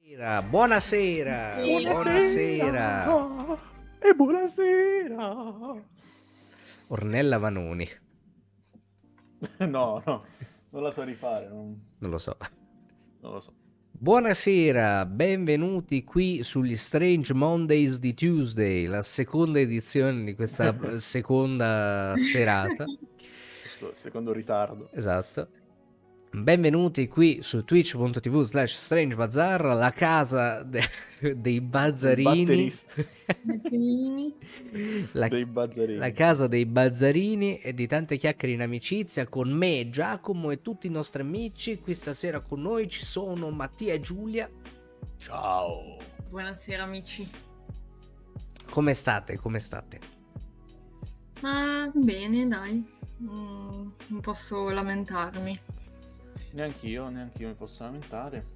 Buonasera, buonasera. E buonasera. Ornella Vanoni. No, non la so rifare. Non lo so. Non lo so. Buonasera, benvenuti qui sugli Strange Mondays di Tuesday, la seconda edizione di questa seconda serata. Questo secondo ritardo. Esatto. Benvenuti qui su twitch.tv/strangebazzar, la casa dei bazzarini. Dei bazzarini. La casa dei bazzarini e di tante chiacchiere in amicizia con me, Giacomo e tutti i nostri amici. Qui stasera con noi ci sono Mattia e Giulia. Ciao. Buonasera amici. Come state? Ma bene, dai. Non posso lamentarmi. Neanche io mi posso lamentare.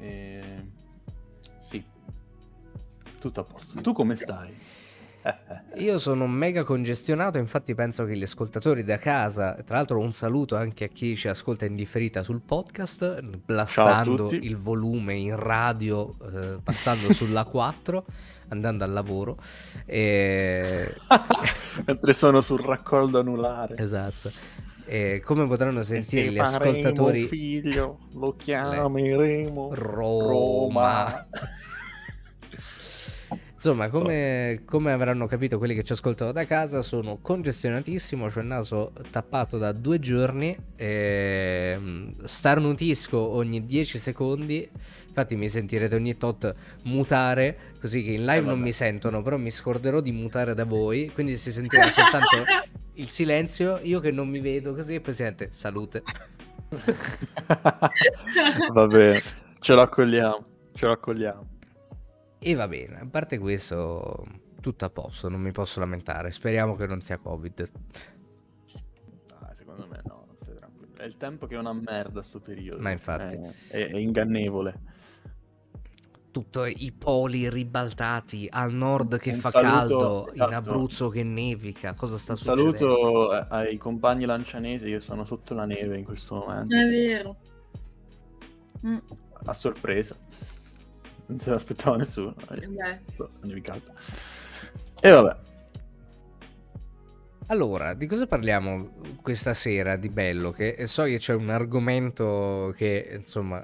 Sì. Tutto a posto. Tu come stai? Io sono mega congestionato, infatti penso che gli ascoltatori da casa, tra l'altro un saluto anche a chi ci ascolta in differita sul podcast, blastando il volume in radio, passando sulla 4, andando al lavoro. Mentre sono sul raccordo anulare. Esatto. Come potranno sentire gli ascoltatori, figlio, lo chiameremo Roma. Insomma, come avranno capito quelli che ci ascoltano da casa, sono congestionatissimo, c'ho il naso tappato da 2 giorni, starnutisco ogni 10 secondi, infatti mi sentirete ogni tot mutare, così che in live non mi sentono, però mi scorderò di mutare da voi, quindi si sentirà soltanto il silenzio, io che non mi vedo, così e poi si sente salute. Va bene, ce lo accogliamo. E va bene, a parte questo, tutto a posto, non mi posso lamentare. Speriamo che non sia Covid. Secondo me no, stai tranquillo. È il tempo che è una merda sto periodo. Ma infatti. È ingannevole. Tutto i poli ribaltati, al nord che fa saluto, caldo, esatto. in Abruzzo che nevica, cosa sta succedendo? Saluto ai compagni lancianesi che sono sotto la neve in questo momento. È vero. A sorpresa. Non se l'aspettava nessuno. Nevicato. E vabbè. Allora, di cosa parliamo questa sera di bello? Che so che c'è un argomento che, insomma,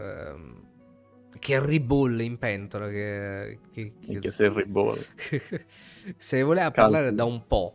che ribolle in pentola. Che se ribolle. Se voleva parlare da un po'.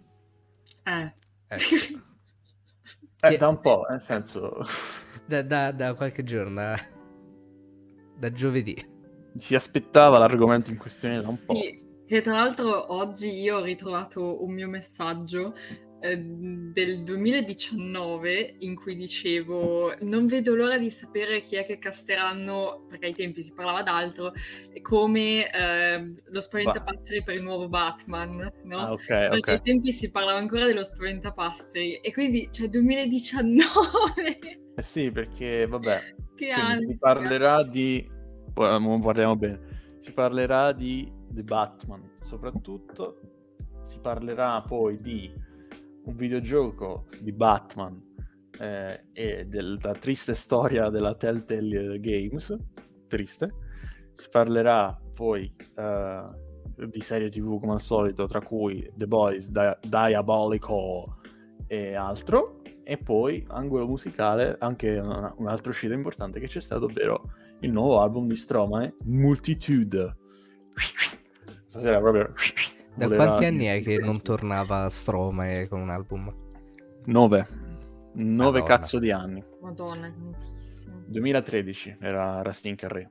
Da un po', nel senso... Da qualche giorno, da giovedì. Si aspettava l'argomento in questione da un po'. Sì, che tra l'altro oggi io ho ritrovato un mio messaggio del 2019 in cui dicevo non vedo l'ora di sapere chi è che casteranno, perché ai tempi si parlava d'altro, come lo Spaventapasseri per il nuovo Batman, no? Perché ai tempi si parlava ancora dello Spaventapasseri e quindi, cioè, 2019! Sì, perché, vabbè, che ansia. Si parlerà di... parliamo bene. Si parlerà di The Batman, soprattutto si parlerà poi di un videogioco di Batman e della triste storia della Telltale Games, triste. Si parlerà poi di serie TV come al solito, tra cui The Boys, Diabolical e altro, e poi angolo musicale, anche un'altra uscita importante che c'è stato, ovvero il nuovo album di Stromae, Multitude. Stasera proprio... Da quanti anni è che non tornava Stromae con un album? 9 Madonna. Cazzo di anni. Madonna, tantissimo. 2013 era Rustin Carré.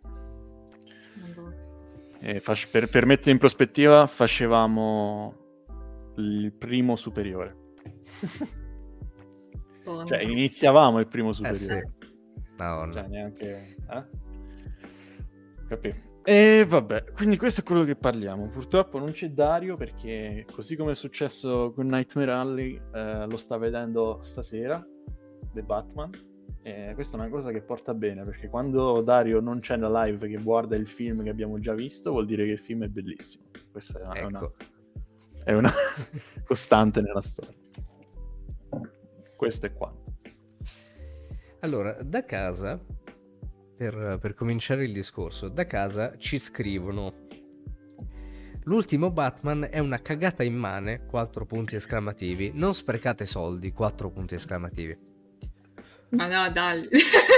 Per mettere in prospettiva, facevamo il primo superiore. Cioè, iniziavamo il primo superiore. Sì. No. Cioè, neanche... Capì? E vabbè, quindi questo è quello che parliamo. Purtroppo non c'è Dario perché, così come è successo con Nightmare Alley, lo sta vedendo stasera, The Batman. E questa è una cosa che porta bene, perché quando Dario non c'è nella live che guarda il film che abbiamo già visto, vuol dire che il film è bellissimo. Questa è una costante nella storia. Questo è quanto. Allora, da casa per cominciare il discorso. Da casa ci scrivono: l'ultimo Batman è una cagata immane, 4 punti esclamativi. Non sprecate soldi, 4 punti esclamativi. Ma no, dai.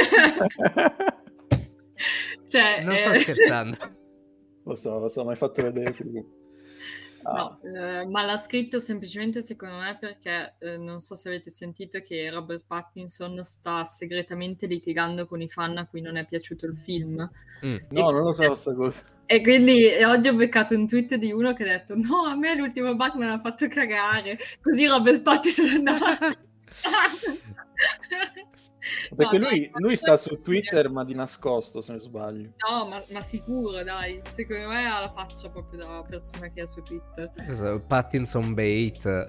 Cioè, non sto scherzando. Lo so, ma hai fatto vedere più. No, ma l'ha scritto semplicemente secondo me perché non so se avete sentito che Robert Pattinson sta segretamente litigando con i fan a cui non è piaciuto il film. No, non lo so sta cosa. E quindi oggi ho beccato un tweet di uno che ha detto: no, a me l'ultimo Batman ha fatto cagare. Così Robert Pattinson andava. Perché lui sta su Twitter ma di nascosto, se non sbaglio. No, ma sicuro, dai. Secondo me ha la faccia proprio da persona che è su Twitter. Pattinson bait.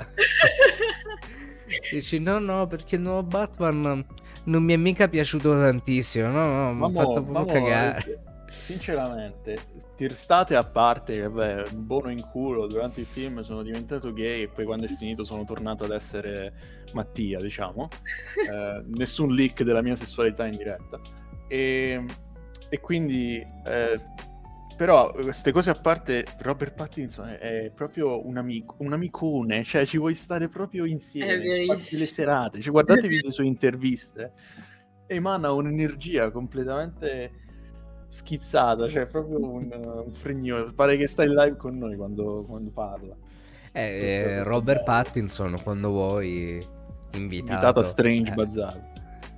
Dici no, perché il nuovo Batman non mi è mica piaciuto tantissimo. No, mi ha fatto proprio cagare. Sinceramente, tirstate a parte, vabbè, buono in culo, durante il film sono diventato gay e poi quando è finito sono tornato ad essere Mattia, diciamo. Nessun leak della mia sessualità in diretta. E quindi, però, queste cose a parte, Robert Pattinson è proprio un amicone, cioè ci vuoi stare proprio insieme, farti le serate, cioè, guardatevi le sue interviste, emana un'energia completamente schizzata, cioè proprio un fregnone, pare che sta in live con noi quando parla. Robert Pattinson, quando vuoi, invitato a Strange Bazaar.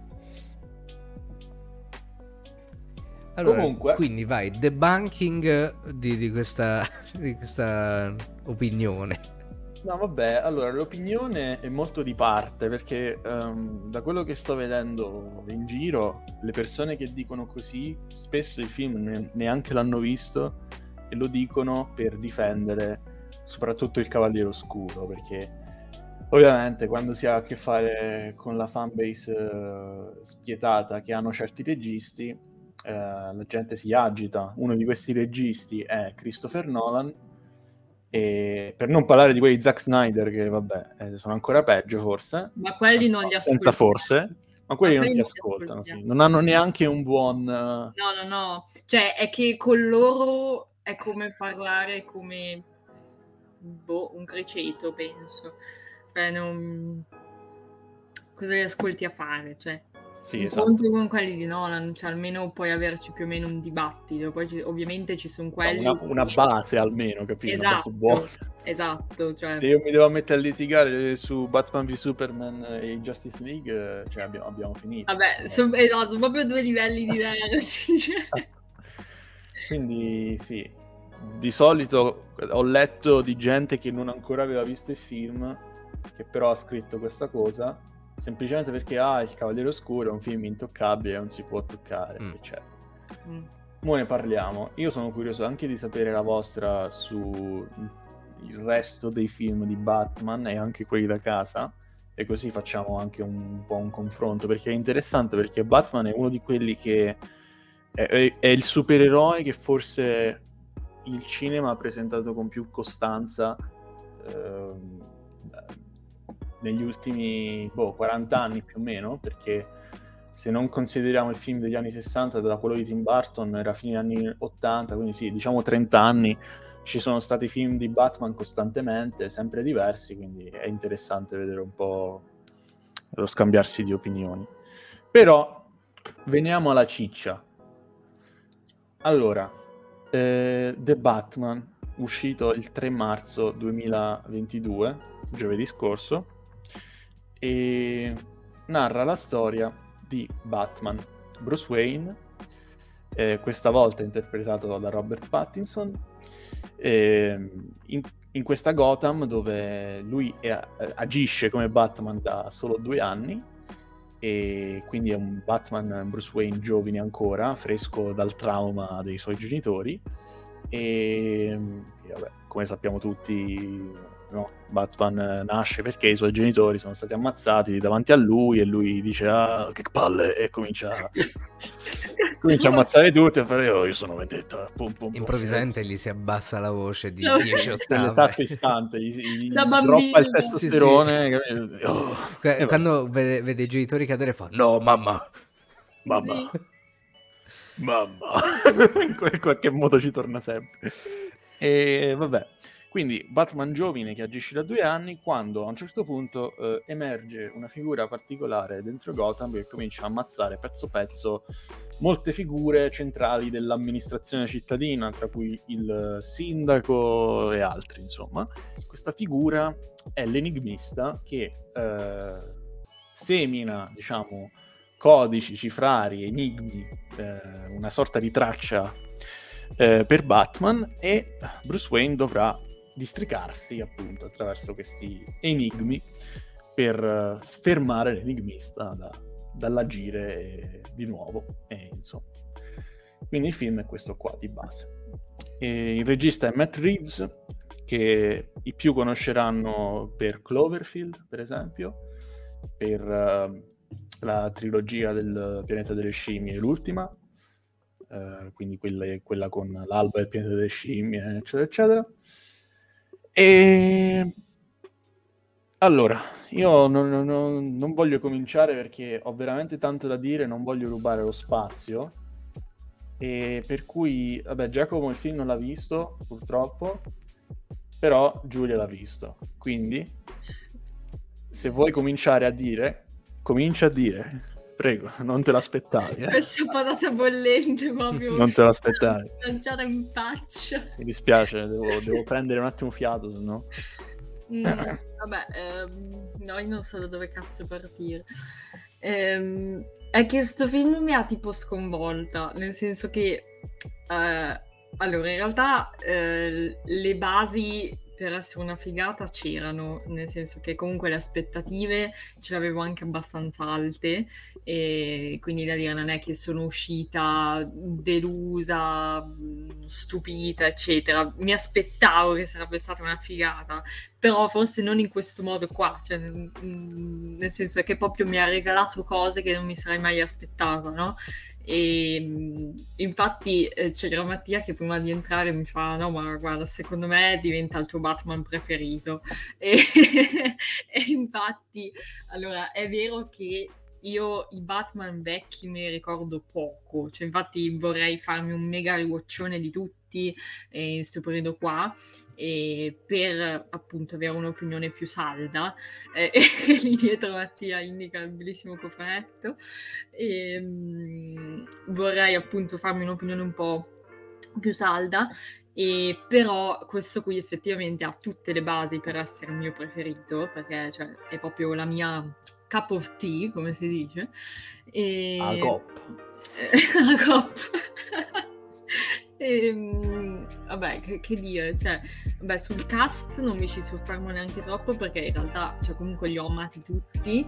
Allora, comunque, quindi vai, debunking di questa opinione. No, vabbè, allora l'opinione è molto di parte perché da quello che sto vedendo in giro, le persone che dicono così spesso il film neanche l'hanno visto e lo dicono per difendere soprattutto il Cavaliere Oscuro, perché ovviamente quando si ha a che fare con la fanbase spietata che hanno certi registi, la gente si agita. Uno di questi registi è Christopher Nolan, e per non parlare di quelli di Zack Snyder che vabbè sono ancora peggio forse, ma quelli non li ascoltano, senza forse, ma quelli non si ascoltano, sì. Non hanno neanche un buon no, cioè è che con loro è come parlare come un criceto, penso, cioè non... cosa li ascolti a fare, cioè sì, incontri esatto. con quelli di Nolan, cioè almeno puoi averci più o meno un dibattito, poi ovviamente ci sono quelli una base almeno, capito? Esatto, una base buona. Esatto, cioè... se io mi devo mettere a litigare su Batman v Superman e Justice League, cioè abbiamo finito. Vabbè, sono proprio due livelli diversi. Cioè. Quindi sì, di solito ho letto di gente che non ancora aveva visto il film, che però ha scritto questa cosa, semplicemente perché il Cavaliere Oscuro è un film intoccabile, non si può toccare, eccetera. Mo ne parliamo. Io sono curioso anche di sapere la vostra su il resto dei film di Batman e anche quelli da casa, e così facciamo anche un po' un confronto, perché è interessante, perché Batman è uno di quelli che è il supereroe che forse il cinema ha presentato con più costanza negli ultimi 40 anni più o meno, perché se non consideriamo il film degli anni 60, da quello di Tim Burton era fine anni 80, quindi sì, diciamo 30 anni, ci sono stati film di Batman costantemente, sempre diversi, quindi è interessante vedere un po' lo scambiarsi di opinioni. Però veniamo alla ciccia. Allora, The Batman, uscito il 3 marzo 2022, giovedì scorso, e narra la storia di Batman, Bruce Wayne, questa volta interpretato da Robert Pattinson, in questa Gotham dove lui agisce come Batman da solo 2 anni, e quindi è un Batman, Bruce Wayne giovane ancora, fresco dal trauma dei suoi genitori, e vabbè, come sappiamo tutti, no? Batman nasce perché i suoi genitori sono stati ammazzati davanti a lui e lui dice che palle, e comincia a ammazzare tutti, a fare io sono vendetta, pum, pum, improvvisamente gli si abbassa la voce di 10 ottave, nell'esatto istante gli da droppa il testosterone, sì. Quando vede i genitori cadere fa no mamma. Sì. Mamma, in qualche modo ci torna sempre. E vabbè, quindi Batman giovane che agisce da 2 anni, quando a un certo punto emerge una figura particolare dentro Gotham che comincia a ammazzare pezzo pezzo molte figure centrali dell'amministrazione cittadina, tra cui il sindaco e altri, insomma. Questa figura è l'enigmista che semina, diciamo, codici, cifrari, enigmi, una sorta di traccia per Batman, e Bruce Wayne dovrà districarsi appunto attraverso questi enigmi per fermare l'enigmista dall'agire di nuovo, e insomma. Quindi il film è questo qua di base. E il regista è Matt Reeves, che i più conosceranno per Cloverfield, per esempio, per la trilogia del Pianeta delle Scimmie, l'ultima, quindi quella con l'alba del Pianeta delle Scimmie, eccetera, eccetera. E allora, io non voglio cominciare perché ho veramente tanto da dire, non voglio rubare lo spazio, e per cui, vabbè, Giacomo il film non l'ha visto, purtroppo, però Giulia l'ha visto, quindi se vuoi cominciare a dire, comincia a dire, prego, non te l'aspettavi. Questa patata bollente proprio. Non te l'aspettavi. Lanciata in faccia. Mi dispiace, devo prendere un attimo fiato, se no. Vabbè, no, io non so da dove cazzo partire. È che sto film mi ha tipo sconvolta, nel senso che allora in realtà le basi per essere una figata c'erano, nel senso che comunque le aspettative ce le avevo anche abbastanza alte, e quindi da dire non è che sono uscita delusa, stupita, eccetera. Mi aspettavo che sarebbe stata una figata, però forse non in questo modo qua, cioè, nel senso che proprio mi ha regalato cose che non mi sarei mai aspettata, no? E infatti c'era Mattia che prima di entrare mi fa: no, ma guarda, secondo me diventa il tuo Batman preferito. E infatti, allora, è vero che io i Batman vecchi me ne ricordo poco, cioè infatti vorrei farmi un mega rewatchone di tutti in questo periodo qua, per appunto avere un'opinione più salda. Lì dietro Mattia indica il bellissimo cofanetto, e vorrei appunto farmi un'opinione un po' più salda, e però questo qui effettivamente ha tutte le basi per essere il mio preferito, perché cioè, è proprio la mia cup of tea, come si dice. A coppa. A coppa. Vabbè, che dire, cioè, vabbè, sul cast non mi ci soffermo neanche troppo, perché in realtà, cioè, comunque li ho amati tutti,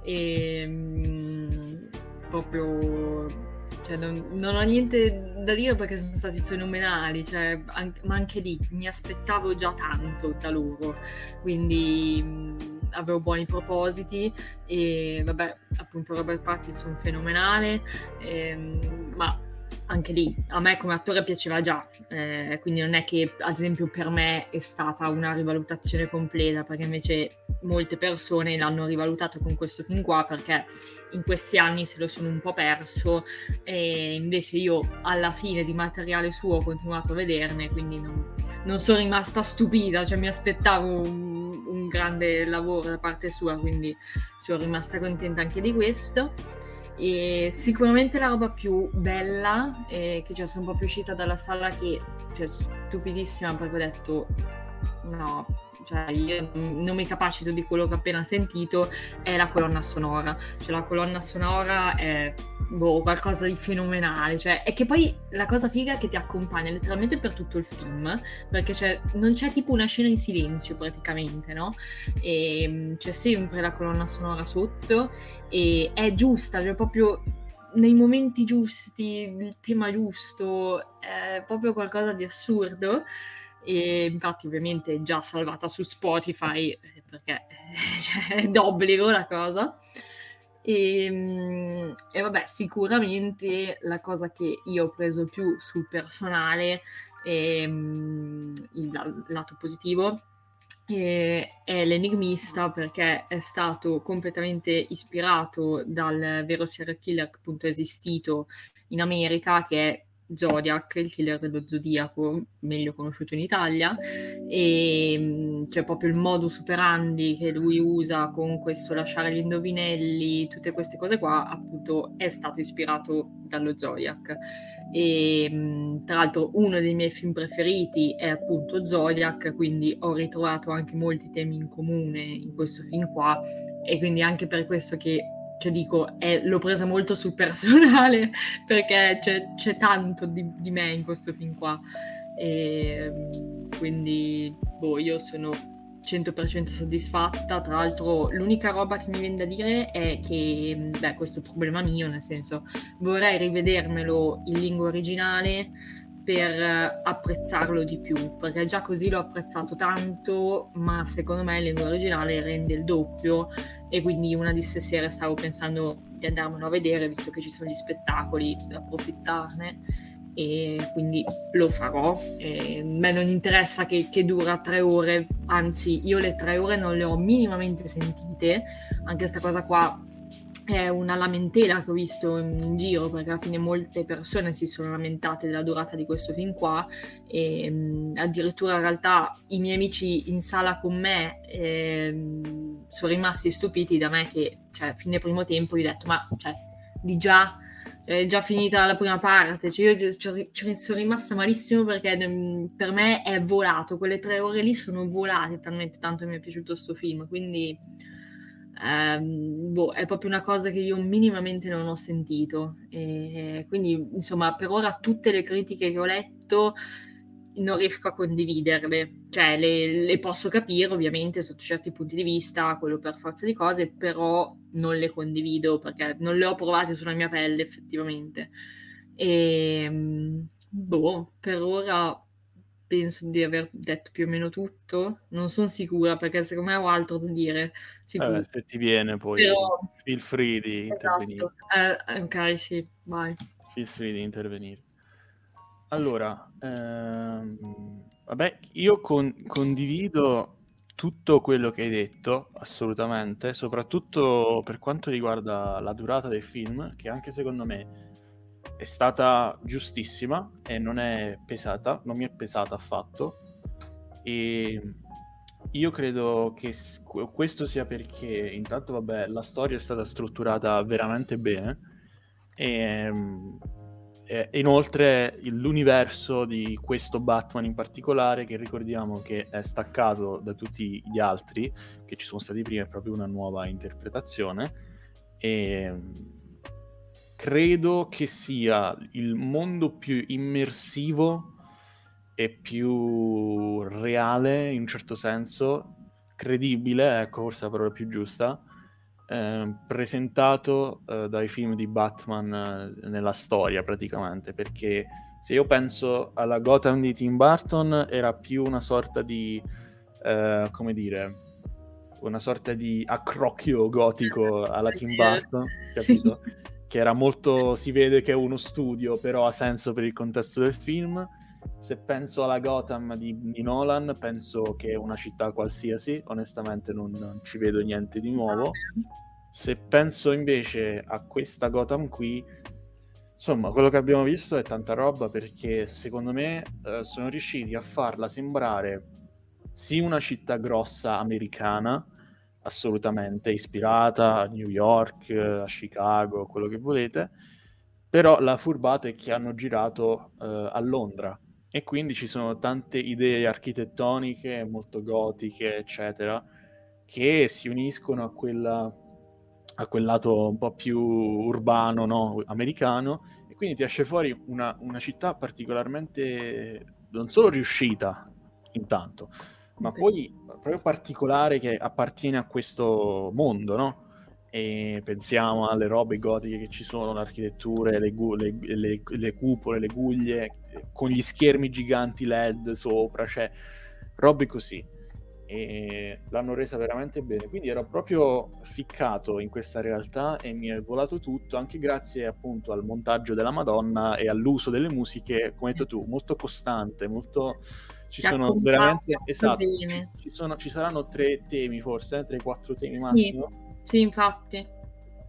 e proprio, cioè, non ho niente da dire perché sono stati fenomenali, cioè, ma anche lì mi aspettavo già tanto da loro, quindi avevo buoni propositi, e vabbè, appunto Robert Pattinson fenomenale, ma anche lì a me come attore piaceva già, quindi non è che ad esempio per me è stata una rivalutazione completa, perché invece molte persone l'hanno rivalutato con questo film qua, perché in questi anni se lo sono un po' perso, e invece io alla fine di materiale suo ho continuato a vederne, quindi non sono rimasta stupita, cioè mi aspettavo un grande lavoro da parte sua, quindi sono rimasta contenta anche di questo. E sicuramente la roba più bella, che cioè sono un po' più uscita dalla sala, che cioè stupidissima, perché ho detto no, cioè io non mi capacito di quello che ho appena sentito, è la colonna sonora. Cioè la colonna sonora è qualcosa di fenomenale, cioè, è che poi la cosa figa è che ti accompagna letteralmente per tutto il film, perché cioè, non c'è tipo una scena in silenzio praticamente, no? E c'è sempre la colonna sonora sotto, e è giusta, cioè proprio nei momenti giusti, il tema giusto, è proprio qualcosa di assurdo. E infatti ovviamente è già salvata su Spotify, perché cioè, è d'obbligo la cosa. E vabbè, sicuramente la cosa che io ho preso più sul personale, il lato positivo, è l'enigmista, perché è stato completamente ispirato dal vero serial killer appunto esistito in America, che è Zodiac, il killer dello zodiaco, meglio conosciuto in Italia, e cioè proprio il modus operandi che lui usa con questo lasciare gli indovinelli, tutte queste cose qua, appunto è stato ispirato dallo Zodiac. E tra l'altro uno dei miei film preferiti è appunto Zodiac, quindi ho ritrovato anche molti temi in comune in questo film qua, e quindi anche per questo che dico, l'ho presa molto sul personale, perché c'è tanto di me in questo film qua, e quindi io sono 100% soddisfatta. Tra l'altro l'unica roba che mi viene da dire è che, questo è un problema mio, nel senso, vorrei rivedermelo in lingua originale per apprezzarlo di più, perché già così l'ho apprezzato tanto, ma secondo me in lingua originale rende il doppio, e quindi una di stasera stavo pensando di andarmelo a vedere, visto che ci sono gli spettacoli, per approfittarne, e quindi lo farò. A me non interessa che dura 3 ore, anzi io le 3 ore non le ho minimamente sentite. Anche questa cosa qua è una lamentela che ho visto in giro, perché alla fine molte persone si sono lamentate della durata di questo film qua, e addirittura in realtà i miei amici in sala con me sono rimasti stupiti da me, che fine primo tempo gli ho detto ma è già finita la prima parte, io sono rimasta malissimo, perché per me è volato, quelle 3 ore lì sono volate, talmente tanto mi è piaciuto sto film, quindi è proprio una cosa che io minimamente non ho sentito, e quindi insomma per ora tutte le critiche che ho letto non riesco a condividerle, le posso capire ovviamente sotto certi punti di vista, quello per forza di cose, però non le condivido perché non le ho provate sulla mia pelle effettivamente. E per ora penso di aver detto più o meno tutto, non sono sicura perché secondo me ho altro da dire. Se ti viene poi feel free di intervenire. Ok, sì, vai. Feel free di intervenire. Allora, vabbè, io condivido tutto quello che hai detto, assolutamente, soprattutto per quanto riguarda la durata del film, che anche secondo me è stata giustissima e non è pesata, non mi è pesata affatto, e io credo che questo sia perché intanto, vabbè, la storia è stata strutturata veramente bene, e inoltre l'universo di questo Batman in particolare, che ricordiamo che è staccato da tutti gli altri che ci sono stati prima, è proprio una nuova interpretazione, e credo che sia il mondo più immersivo e più reale, in un certo senso, credibile, ecco, forse è la parola più giusta, presentato dai film di Batman nella storia praticamente, perché se io penso alla Gotham di Tim Burton era più una sorta di come dire, una sorta di accrocchio gotico alla Tim Burton, capito? Sì. Che era molto, si vede che è uno studio, però ha senso per il contesto del film. Se penso alla Gotham di Nolan, penso che è una città qualsiasi, onestamente non ci vedo niente di nuovo. Se penso invece a questa Gotham qui, insomma, quello che abbiamo visto è tanta roba, perché secondo me sono riusciti a farla sembrare sì una città grossa americana, assolutamente ispirata a New York, a Chicago, quello che volete, però la furbata è che hanno girato a Londra, e quindi ci sono tante idee architettoniche molto gotiche, eccetera, che si uniscono a quel lato un po' più urbano, no? Americano, e quindi ti esce fuori una città particolarmente non solo riuscita intanto, ma poi proprio particolare, che appartiene a questo mondo, no? E pensiamo alle robe gotiche che ci sono, le architetture, le cupole, le guglie, con gli schermi giganti LED sopra, cioè robe così. E l'hanno resa veramente bene, quindi ero proprio ficcato in questa realtà e mi è volato tutto, anche grazie appunto al montaggio della Madonna e all'uso delle musiche, come hai detto tu, molto costante, molto... Ci sono veramente, esatto, ci saranno 3 temi forse, 3-4 temi massimo. Sì, infatti.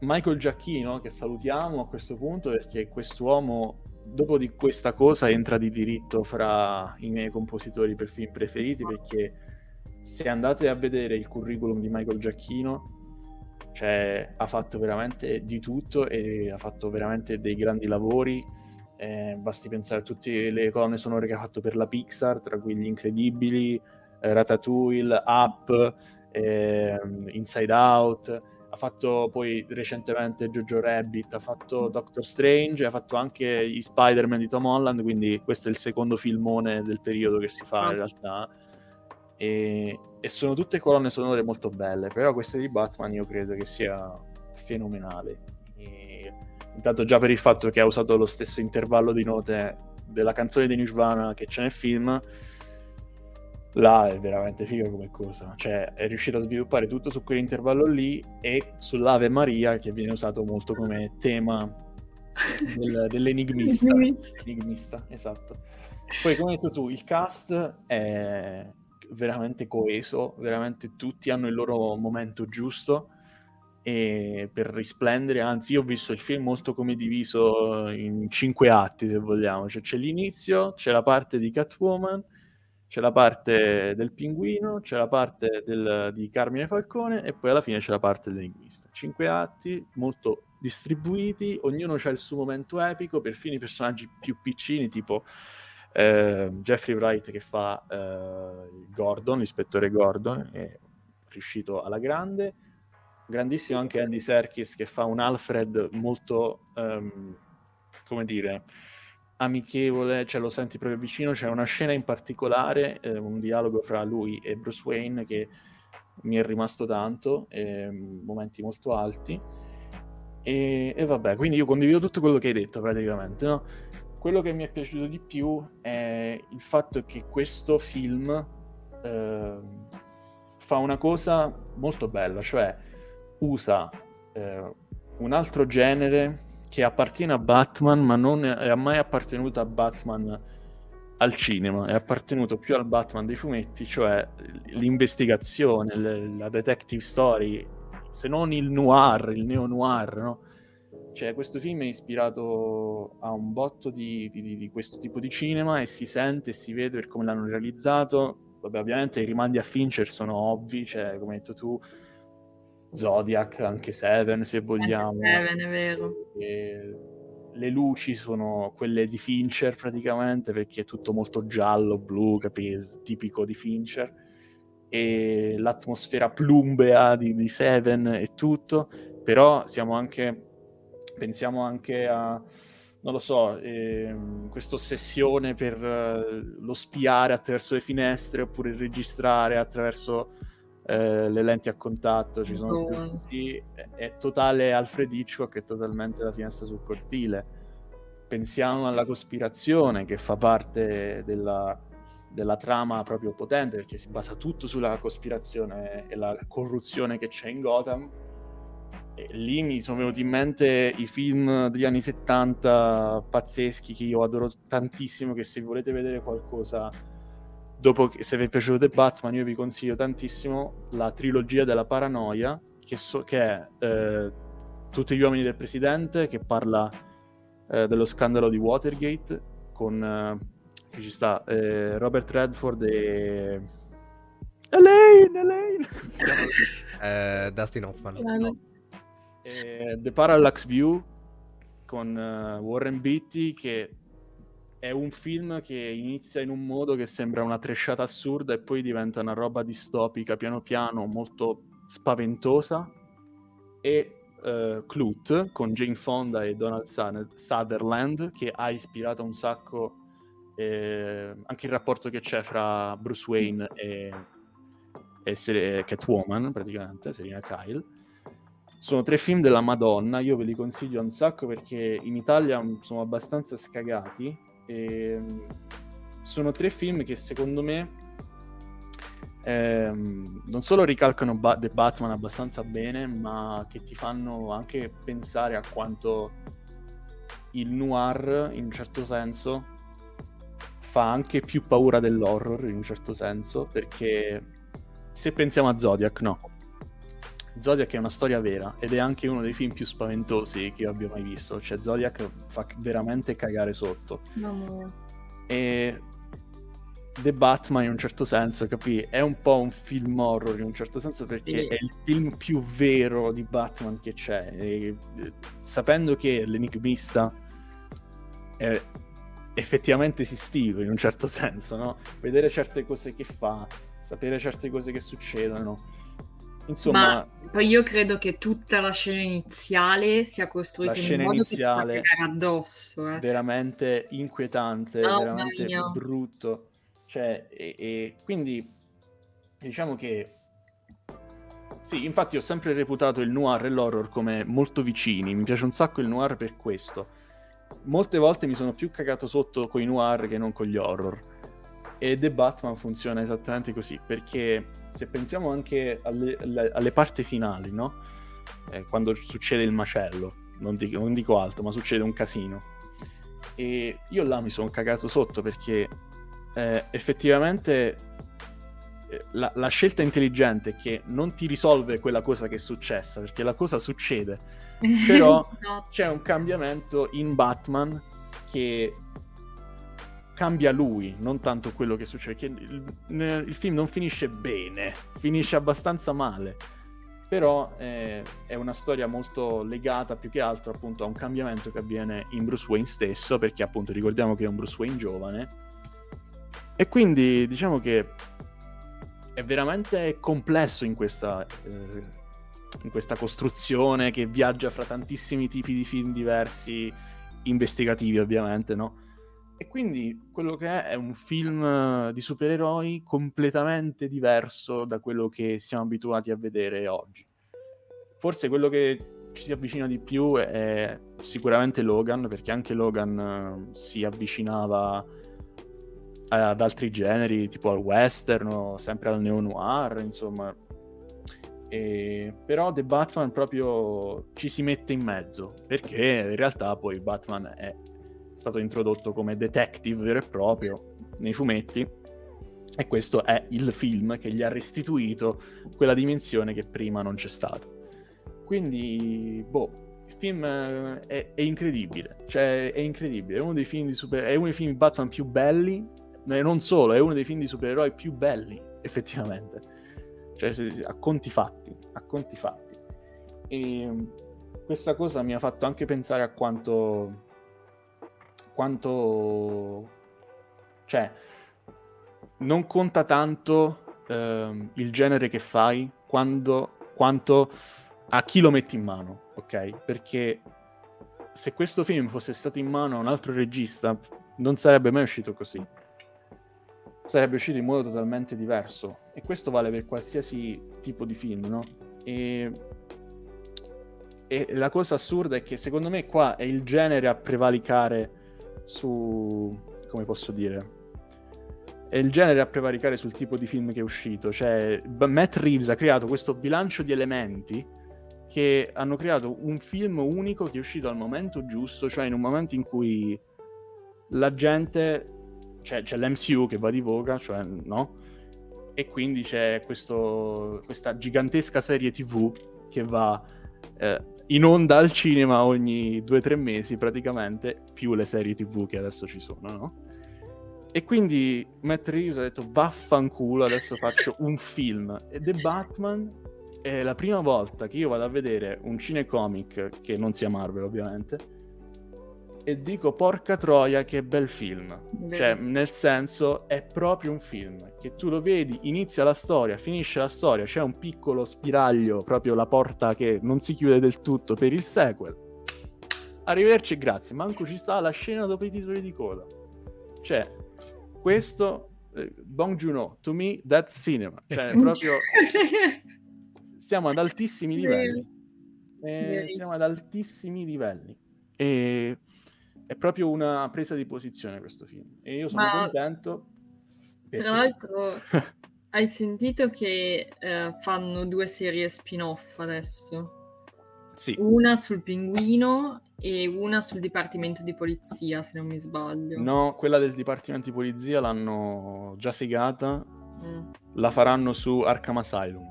Michael Giacchino, che salutiamo a questo punto, perché quest'uomo, dopo di questa cosa, entra di diritto fra i miei compositori per film preferiti, perché se andate a vedere il curriculum di Michael Giacchino, cioè ha fatto veramente di tutto e ha fatto veramente dei grandi lavori. Basti pensare a tutte le colonne sonore che ha fatto per la Pixar, tra cui Gli Incredibili, Ratatouille, Up, Inside Out. Ha fatto poi recentemente Jojo Rabbit, ha fatto Doctor Strange, ha fatto anche gli Spider-Man di Tom Holland, quindi questo è il secondo filmone del periodo che si fa in realtà. E sono tutte colonne sonore molto belle, però questa di Batman io credo che sia fenomenale. Intanto già per il fatto che ha usato lo stesso intervallo di note della canzone di Nirvana che c'è nel film, là è veramente figa come cosa, cioè è riuscito a sviluppare tutto su quell'intervallo lì e sull'Ave Maria, che viene usato molto come tema dell'enigmista, esatto. Poi, come hai detto tu, il cast è veramente coeso, veramente tutti hanno il loro momento giusto e per risplendere. Anzi, io ho visto il film molto come diviso in 5 atti, se vogliamo, cioè c'è l'inizio, c'è la parte di Catwoman, c'è la parte del pinguino, c'è la parte di Carmine Falcone e poi alla fine c'è la parte dell'enigmista. 5 atti molto distribuiti, ognuno ha il suo momento epico, perfino i personaggi più piccini, tipo Jeffrey Wright che fa Gordon, l'ispettore Gordon, è riuscito alla grande. Grandissimo anche Andy Serkis che fa un Alfred molto come dire, amichevole, cioè lo senti proprio vicino. C'è una scena in particolare, un dialogo fra lui e Bruce Wayne che mi è rimasto tanto, momenti molto alti e vabbè, quindi io condivido tutto quello che hai detto praticamente, no? Quello che mi è piaciuto di più è il fatto che questo film fa una cosa molto bella, cioè usa un altro genere che appartiene a Batman, ma non è mai appartenuto a Batman al cinema, è appartenuto più al Batman dei fumetti, cioè l'investigazione, la detective story, se non il noir, il neo-noir, no? Cioè, questo film è ispirato a un botto di questo tipo di cinema e si sente e si vede per come l'hanno realizzato. Vabbè, ovviamente i rimandi a Fincher sono ovvi, cioè, come hai detto tu, Zodiac, anche Seven, se vogliamo. Anche Seven, è vero. E le luci sono quelle di Fincher praticamente, perché è tutto molto giallo, blu, tipico di Fincher. E l'atmosfera plumbea di Seven e tutto, però pensiamo anche a, non lo so, questa ossessione per lo spiare attraverso le finestre oppure il registrare attraverso le lenti a contatto. Ci sono è totale Alfred Hitchcock, è totalmente La finestra sul cortile. Pensiamo alla cospirazione, che fa parte della trama proprio potente, perché si basa tutto sulla cospirazione e la corruzione che c'è in Gotham. E lì mi sono venuti in mente i film degli anni 70 pazzeschi che io adoro tantissimo, che se volete vedere qualcosa dopo, se vi è piaciuto The Batman, io vi consiglio tantissimo la trilogia della paranoia, che è Tutti gli uomini del presidente, che parla dello scandalo di Watergate, con che ci sta Robert Redford e Elaine Dustin Hoffman. The Parallax View con Warren Beatty, che è un film che inizia in un modo che sembra una tresciata assurda e poi diventa una roba distopica piano piano, molto spaventosa. E Clute con Jane Fonda e Donald Sutherland, che ha ispirato un sacco anche il rapporto che c'è fra Bruce Wayne e Catwoman, praticamente, Selina Kyle. Sono 3 film della Madonna, io ve li consiglio un sacco perché in Italia sono abbastanza scagati. E sono 3 film che secondo me non solo ricalcano The Batman abbastanza bene, ma che ti fanno anche pensare a quanto il noir, in un certo senso, fa anche più paura dell'horror, in un certo senso, perché se pensiamo a Zodiac, no? Zodiac è una storia vera ed è anche uno dei film più spaventosi che io abbia mai visto. Cioè Zodiac fa veramente cagare sotto. E The Batman in un certo senso, capì? È un po' un film horror in un certo senso, perché è il film più vero di Batman che c'è. E, sapendo che l'enigmista è effettivamente esistito in un certo senso, no? Vedere certe cose che fa, sapere certe cose che succedono. Insomma, ma poi io credo che tutta la scena iniziale sia costruita in un modo che ti fa cagare addosso. Veramente inquietante, veramente brutto. Cioè, e quindi diciamo che sì, infatti ho sempre reputato il noir e l'horror come molto vicini. Mi piace un sacco il noir per questo. Molte volte mi sono più cagato sotto con i noir che non con gli horror. E The Batman funziona esattamente così, perché se pensiamo anche alle parti finali, no? Quando succede il macello, non dico altro, ma succede un casino. E io là mi sono cagato sotto perché effettivamente la scelta intelligente è che non ti risolve quella cosa che è successa, perché la cosa succede, però c'è un cambiamento in Batman che cambia lui, non tanto quello che succede, perché il film non finisce bene, finisce abbastanza male, però è una storia molto legata più che altro appunto a un cambiamento che avviene in Bruce Wayne stesso, perché appunto ricordiamo che è un Bruce Wayne giovane, e quindi diciamo che è veramente complesso in questa costruzione che viaggia fra tantissimi tipi di film diversi, investigativi ovviamente, no? E quindi quello che è un film di supereroi completamente diverso da quello che siamo abituati a vedere oggi. Forse quello che ci si avvicina di più è sicuramente Logan, perché anche Logan si avvicinava ad altri generi, tipo al western o sempre al neo-noir, insomma. Però The Batman proprio ci si mette in mezzo, perché in realtà poi Batman è stato introdotto come detective vero e proprio nei fumetti, e questo è il film che gli ha restituito quella dimensione che prima non c'è stata. Quindi, il film è incredibile, cioè è incredibile, è uno dei film di Batman più belli, e non solo, è uno dei film di supereroi più belli, effettivamente, cioè a conti fatti. E questa cosa mi ha fatto anche pensare a quanto cioè non conta tanto il genere che fai quanto a chi lo metti in mano, ok? Perché se questo film fosse stato in mano a un altro regista non sarebbe mai uscito così, sarebbe uscito in modo totalmente diverso, e questo vale per qualsiasi tipo di film, no? E la cosa assurda è che secondo me qua è il genere a prevalicare su, come posso dire, è il genere a prevaricare sul tipo di film che è uscito. Cioè Matt Reeves ha creato questo bilancio di elementi che hanno creato un film unico che è uscito al momento giusto, cioè in un momento in cui la gente, c'è l'MCU che va di voga, cioè no, e quindi c'è questa gigantesca serie TV che va in onda al cinema ogni 2-3 mesi praticamente, più le serie TV che adesso ci sono, no? E quindi Matt Reeves ha detto vaffanculo, adesso faccio un film. E The Batman è la prima volta che io vado a vedere un cinecomic, che non sia Marvel ovviamente, e dico porca troia che bel film. Cioè, nel senso, è proprio un film che tu lo vedi, inizia la storia, finisce la storia, c'è un piccolo spiraglio, proprio la porta che non si chiude del tutto per il sequel. Arrivederci e grazie, manco ci sta la scena dopo i titoli di coda. Cioè, questo Bong Joon-ho, to me that's cinema. Cioè, proprio siamo ad altissimi livelli. Siamo ad altissimi livelli. E è proprio una presa di posizione questo film, e io sono contento. Tra l'altro hai sentito che fanno 2 serie spin-off adesso? Sì. Una sul pinguino e una sul dipartimento di polizia, se non mi sbaglio. No, quella del dipartimento di polizia l'hanno già segata, la faranno su Arkham Asylum.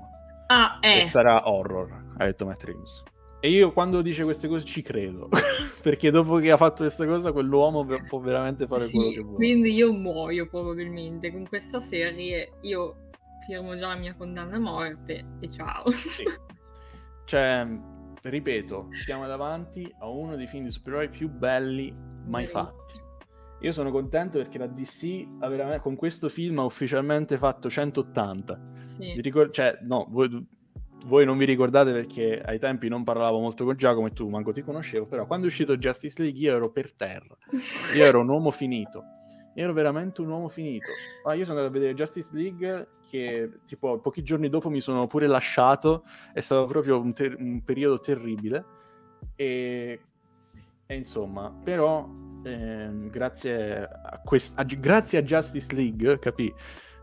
e sarà horror, ha detto Matt Reeves. E io quando dice queste cose ci credo, perché dopo che ha fatto questa cosa quell'uomo può veramente fare quello che vuole. Quindi io muoio probabilmente con questa serie, io firmo già la mia condanna a morte e ciao. Sì. Cioè, ripeto, siamo davanti a uno dei film di supereroi più belli mai fatti. Io sono contento perché la DC con questo film ha ufficialmente fatto 180. Sì. Cioè, no, voi non vi ricordate perché ai tempi non parlavo molto con Giacomo e tu manco ti conoscevo, però quando è uscito Justice League io ero per terra, io ero un uomo finito, io ero veramente un uomo finito. Io sono andato a vedere Justice League che tipo pochi giorni dopo mi sono pure lasciato, è stato proprio un periodo terribile e insomma, però grazie a Justice League, capì?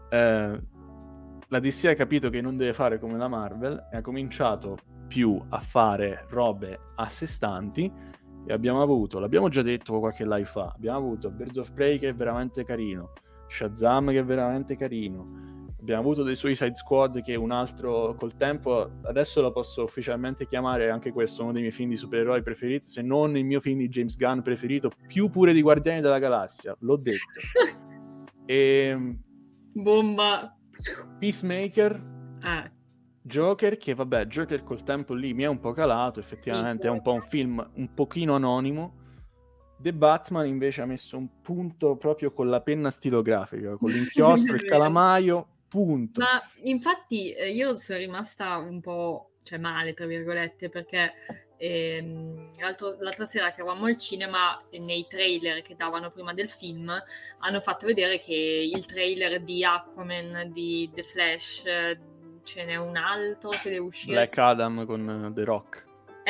La DC ha capito che non deve fare come la Marvel e ha cominciato più a fare robe a sé stanti e l'abbiamo già detto qualche live fa, abbiamo avuto Birds of Prey che è veramente carino, Shazam che è veramente carino, abbiamo avuto dei Suicide Squad che è un altro col tempo, adesso lo posso ufficialmente chiamare anche questo uno dei miei film di supereroi preferiti, se non il mio film di James Gunn preferito, più pure di Guardiani della Galassia, l'ho detto. Bomba. Peacemaker, Joker, che vabbè, Joker col tempo lì mi è un po' calato, effettivamente è un po' un film un pochino anonimo. The Batman invece ha messo un punto proprio con la penna stilografica, con l'inchiostro, il calamaio, punto. Ma infatti io sono rimasta un po', cioè male, tra virgolette, perché l'altra sera che eravamo al cinema, nei trailer che davano prima del film, hanno fatto vedere che il trailer di Aquaman, di The Flash, ce n'è un altro che deve uscire. Black Adam con The Rock.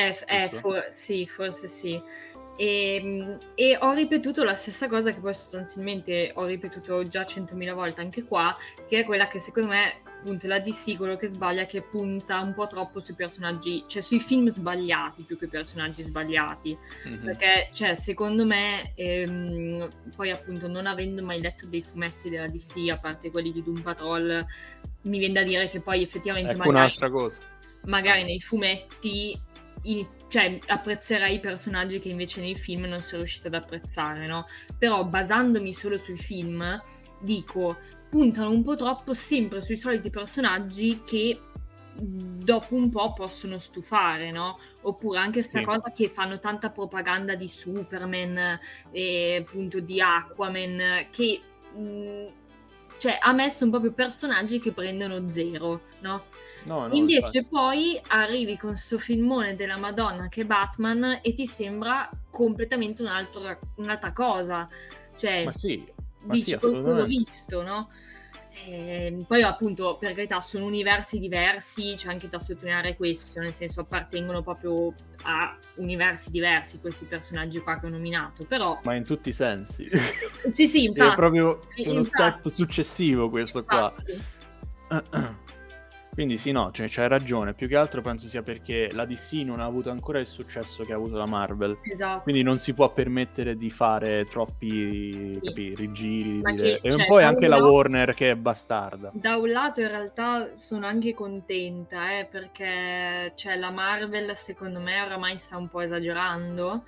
Sì, forse sì. E ho ripetuto la stessa cosa che poi sostanzialmente ho ripetuto già 100.000 volte anche qua, che è quella che secondo me appunto la DC quello che sbaglia è che punta un po' troppo sui personaggi, cioè sui film sbagliati più che personaggi sbagliati, perché cioè secondo me poi appunto non avendo mai letto dei fumetti della DC a parte quelli di Doom Patrol, mi viene da dire che poi effettivamente un'altra cosa, magari nei fumetti cioè apprezzerei i personaggi che invece nei film non sono riuscita ad apprezzare, no? Però basandomi solo sui film dico, puntano un po' troppo sempre sui soliti personaggi che dopo un po' possono stufare, no? Oppure anche sta cosa che fanno tanta propaganda di Superman e appunto di Aquaman che cioè ha messo un proprio personaggi che prendono zero, no? No, invece poi arrivi con sto filmone della Madonna che è Batman e ti sembra completamente un'altra cosa, cioè dici cosa ho visto, no? Poi appunto per carità sono universi diversi, c'è anche da sottolineare questo, nel senso appartengono proprio a universi diversi questi personaggi qua che ho nominato, però ma in tutti i sensi sì infatti è proprio uno step successivo questo infatti. Qua quindi sì, no, cioè c'hai ragione, più che altro penso sia perché la DC non ha avuto ancora il successo che ha avuto la Marvel, esatto. Quindi non si può permettere di fare troppi rigiri, e un cioè, po' è anche la Warner che è bastarda. Da un lato in realtà sono anche contenta, perché cioè, la Marvel secondo me oramai sta un po' esagerando,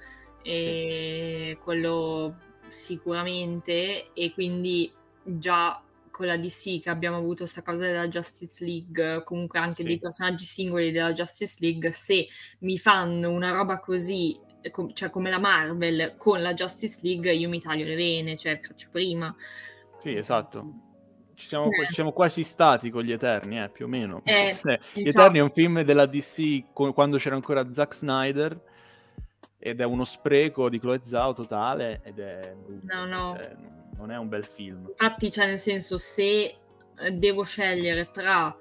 e quello sicuramente, e quindi già con la DC che abbiamo avuto questa cosa della Justice League, comunque anche dei personaggi singoli della Justice League, se mi fanno una roba così, cioè come la Marvel con la Justice League, io mi taglio le vene, cioè faccio prima. Sì, esatto. Ci siamo quasi stati con gli Eterni, più o meno. Gli Eterni è un film della DC quando c'era ancora Zack Snyder, ed è uno spreco di Chloe Zhao totale, ed è brutto. Non è un bel film. Infatti, cioè nel senso, se devo scegliere tra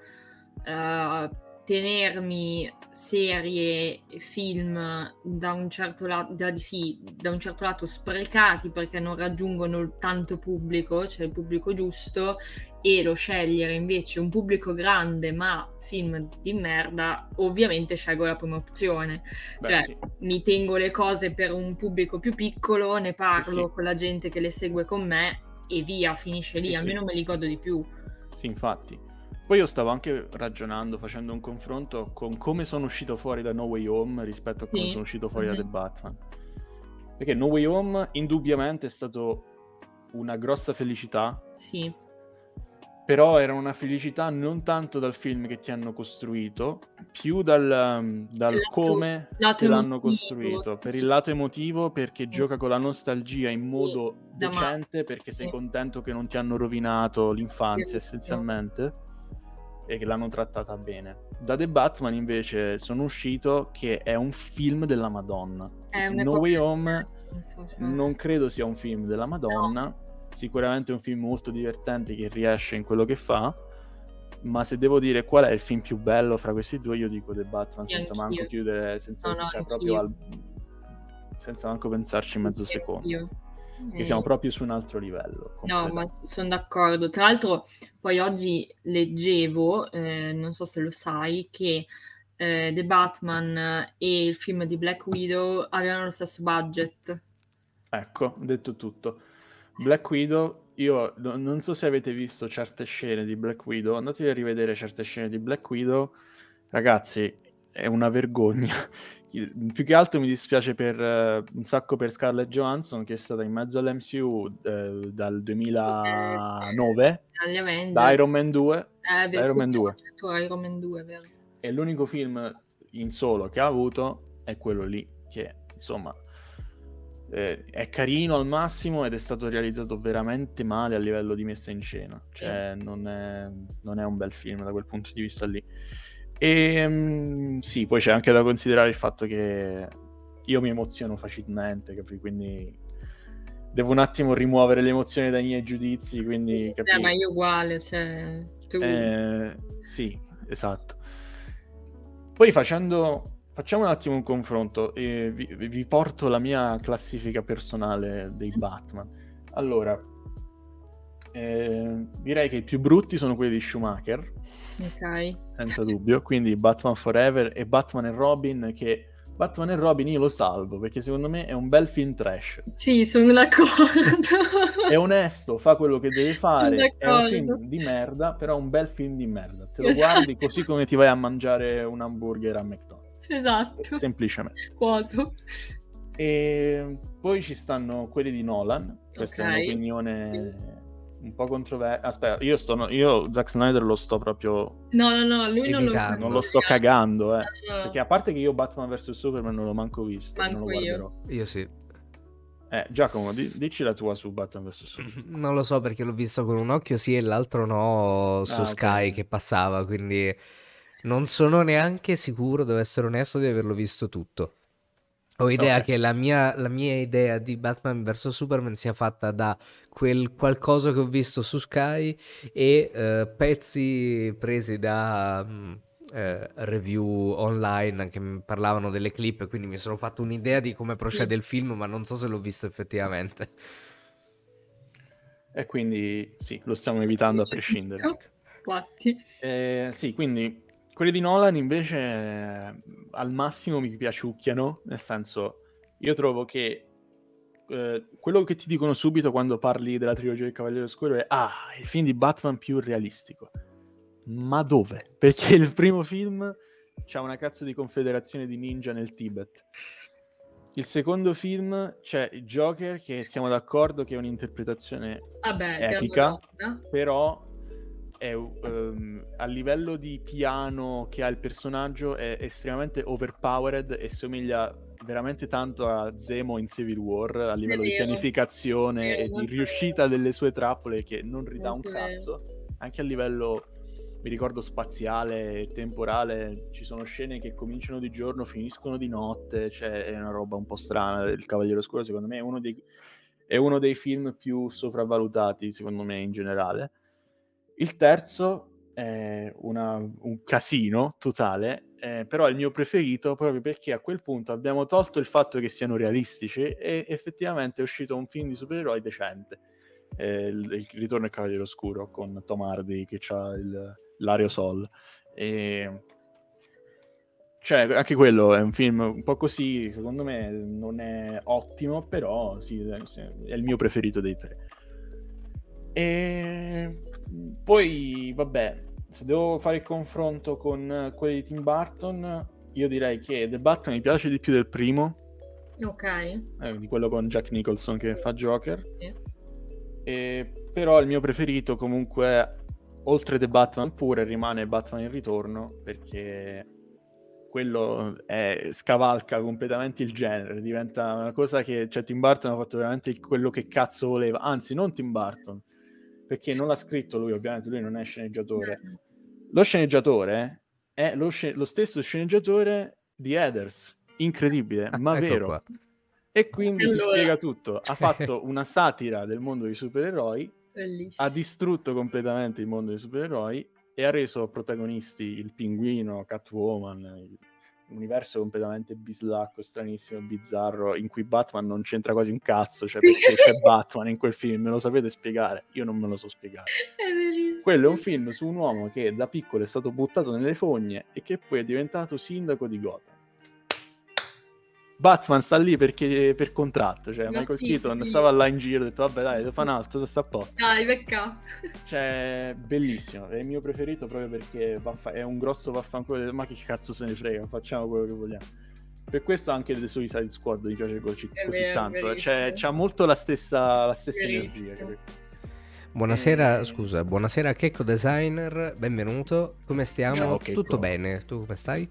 tenermi serie e film da un certo lato da un certo lato sprecati perché non raggiungono tanto pubblico, cioè il pubblico giusto, e lo scegliere invece un pubblico grande ma film di merda, ovviamente scelgo la prima opzione. Mi tengo le cose per un pubblico più piccolo, ne parlo con la gente che le segue con me e via, finisce lì, almeno me li godo di più. Sì, infatti. Poi io stavo anche ragionando, facendo un confronto con come sono uscito fuori da No Way Home rispetto a come sono uscito fuori da The Batman. Perché No Way Home indubbiamente è stato una grossa felicità. Sì. Però era una felicità non tanto dal film che ti hanno costruito, più dal come te l'hanno costruito. Per il lato emotivo, perché gioca con la nostalgia in modo decente, perché sei contento che non ti hanno rovinato l'infanzia essenzialmente e che l'hanno trattata bene. Da The Batman invece sono uscito che è un film della Madonna. No Way Home non credo sia un film della Madonna. No. Sicuramente è un film molto divertente che riesce in quello che fa, ma se devo dire qual è il film più bello fra questi due, io dico The Batman, senza manco chiudere, senza manco pensarci mezzo secondo. Che siamo proprio su un altro livello. No, ma sono d'accordo. Tra l'altro poi oggi leggevo, non so se lo sai, che The Batman e il film di Black Widow avevano lo stesso budget. Ecco, detto tutto. Black Widow, io non so se avete visto certe scene di Black Widow, andatevi a rivedere certe scene di Black Widow, ragazzi, è una vergogna. Più che altro mi dispiace un sacco per Scarlett Johansson, che è stata in mezzo all'MCU dal 2009, da Iron Man 2, Iron Man 2, vero. E l'unico film in solo che ha avuto è quello lì, che insomma è carino al massimo ed è stato realizzato veramente male a livello di messa in scena, cioè non è un bel film da quel punto di vista lì. E sì, poi c'è anche da considerare il fatto che io mi emoziono facilmente, capi? Quindi devo un attimo rimuovere le emozioni dai miei giudizi, quindi capi? Ma io uguale, cioè tu... sì, esatto. Poi facciamo un attimo un confronto e vi porto la mia classifica personale dei Batman. Allora, direi che i più brutti sono quelli di Schumacher, ok, senza dubbio, quindi Batman Forever e Batman e Robin, che Batman e Robin io lo salvo perché secondo me è un bel film trash. Sì, sono d'accordo. È onesto, fa quello che deve fare, è un film di merda, però un bel film di merda. Te lo guardi così come ti vai a mangiare un hamburger a McDonald's. Esatto. Semplicemente. Quato. E poi ci stanno quelli di Nolan. Questa è un'opinione un po' controversa. Aspetta, io Zack Snyder lo sto proprio... No, lui non lo sto cagando, No. Perché a parte che io Batman vs Superman non l'ho manco visto. Non lo guarderò. Io sì. Giacomo, dici la tua su Batman vs Superman. Non lo so perché l'ho visto con un occhio sì e l'altro no su Sky che passava, quindi non sono neanche sicuro, devo essere onesto, di averlo visto tutto. Ho idea che la mia idea di Batman vs Superman sia fatta da quel qualcosa che ho visto su Sky e pezzi presi da review online che parlavano delle clip, quindi mi sono fatto un'idea di come procede il film, ma non so se l'ho visto effettivamente. E quindi sì, lo stiamo evitando a prescindere. Sì, quindi quelli di Nolan invece al massimo mi piaciucchiano, nel senso, io trovo che quello che ti dicono subito quando parli della trilogia del Cavaliere Oscuro è il film di Batman più realistico. Ma dove? Perché il primo film c'ha una cazzo di confederazione di ninja nel Tibet. Il secondo film c'è il Joker, che siamo d'accordo che è un'interpretazione epica, però è, a livello di piano che ha il personaggio è estremamente overpowered e somiglia veramente tanto a Zemo in Civil War a livello di pianificazione e di riuscita delle sue trappole, che non ridà un cazzo. Anche a livello, mi ricordo, spaziale e temporale, ci sono scene che cominciano di giorno, finiscono di notte, cioè è una roba un po' strana. Il Cavaliere Oscuro secondo me è uno dei film più sopravvalutati, secondo me, in generale. Il terzo è un casino totale, però è il mio preferito proprio perché a quel punto abbiamo tolto il fatto che siano realistici e effettivamente è uscito un film di supereroi decente. Il Ritorno al Cavaliere Oscuro con Tom Hardy che ha l'aerosol. Cioè, anche quello è un film un po' così, secondo me non è ottimo, però sì, è il mio preferito dei tre. E poi, vabbè, se devo fare il confronto con quelli di Tim Burton, io direi che The Batman mi piace di più del primo. Ok. Di quello con Jack Nicholson che fa Joker. Sì. Però il mio preferito comunque, oltre The Batman pure, rimane Batman il Ritorno, perché quello scavalca completamente il genere, diventa una cosa che, cioè, Tim Burton ha fatto veramente quello che cazzo voleva, anzi non Tim Burton, perché non l'ha scritto lui, ovviamente lui non è sceneggiatore. Lo sceneggiatore è lo stesso sceneggiatore di Heathers, incredibile, ma Ecco vero. qua. E quindi si Allora. spiega tutto. Ha fatto una satira del mondo dei supereroi, Bellissimo. ha distrutto completamente il mondo dei supereroi e ha reso protagonisti il Pinguino, Catwoman, un universo completamente bislacco, stranissimo, bizzarro, in cui Batman non c'entra quasi un cazzo, cioè perché c'è Batman in quel film, me lo sapete spiegare? Io non me lo so spiegare. È bellissimo. Quello è un film su un uomo che da piccolo è stato buttato nelle fogne e che poi è diventato sindaco di Gotham. Batman sta lì perché per contratto, cioè Michael Keaton stava là in giro, ha detto vabbè dai, devo fare un altro, sta a posto. Dai, becca. Cioè, bellissimo, è il mio preferito proprio perché è un grosso vaffanculo, ma che cazzo se ne frega, facciamo quello che vogliamo. Per questo anche The Suicide Squad mi piace così tanto, cioè c'ha molto la stessa energia. Buonasera, scusa, buonasera Checco Designer, benvenuto, come stiamo? Ciao, Tutto bene, tu come stai?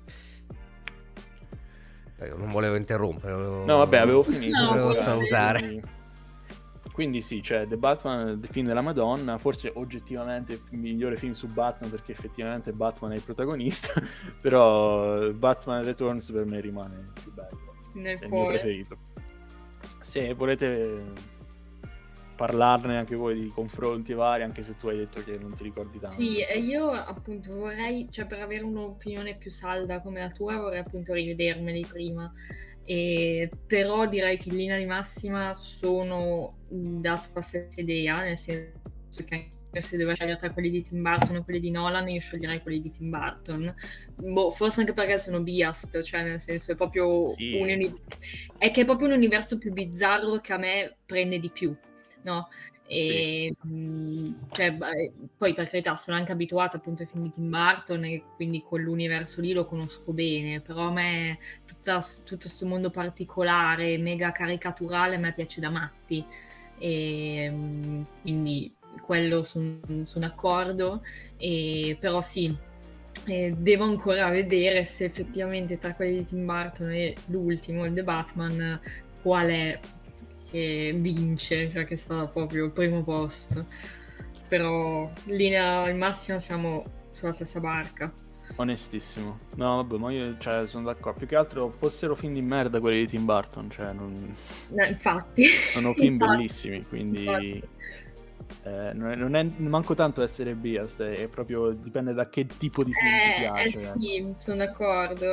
Non volevo interrompere. No, vabbè, avevo finito. Volevo salutare. Quindi sì, cioè The Batman, il film della Madonna, forse oggettivamente il migliore film su Batman perché effettivamente Batman è il protagonista, però Batman Returns per me rimane il più bello, è il mio preferito. Se volete parlarne anche voi di confronti vari, anche se tu hai detto che non ti ricordi tanto. Sì, e io appunto vorrei, cioè per avere un'opinione più salda come la tua, vorrei appunto rivedermeli prima. Però direi che in linea di massima sono data la stessa idea, nel senso che se devo scegliere tra quelli di Tim Burton e quelli di Nolan, io sceglierei quelli di Tim Burton. Forse anche perché sono biased, cioè nel senso è proprio è che è proprio un universo più bizzarro che a me prende di più. No? E cioè, poi per carità sono anche abituata appunto ai film di Tim Burton e quindi quell'universo lì lo conosco bene, però a me tutto questo mondo particolare mega caricaturale a me piace da matti e quindi quello sono d'accordo, però sì, devo ancora vedere se effettivamente tra quelli di Tim Burton e l'ultimo, il The Batman, qual è che vince, cioè che sta proprio al primo posto. Però in linea in massima siamo sulla stessa barca. Onestissimo. No, vabbè, ma io sono d'accordo. Più che altro fossero film di merda quelli di Tim Burton, cioè non... No, infatti. Sono film bellissimi, quindi non è manco tanto essere biased, è proprio dipende da che tipo di film ti piace. Sì, sono d'accordo.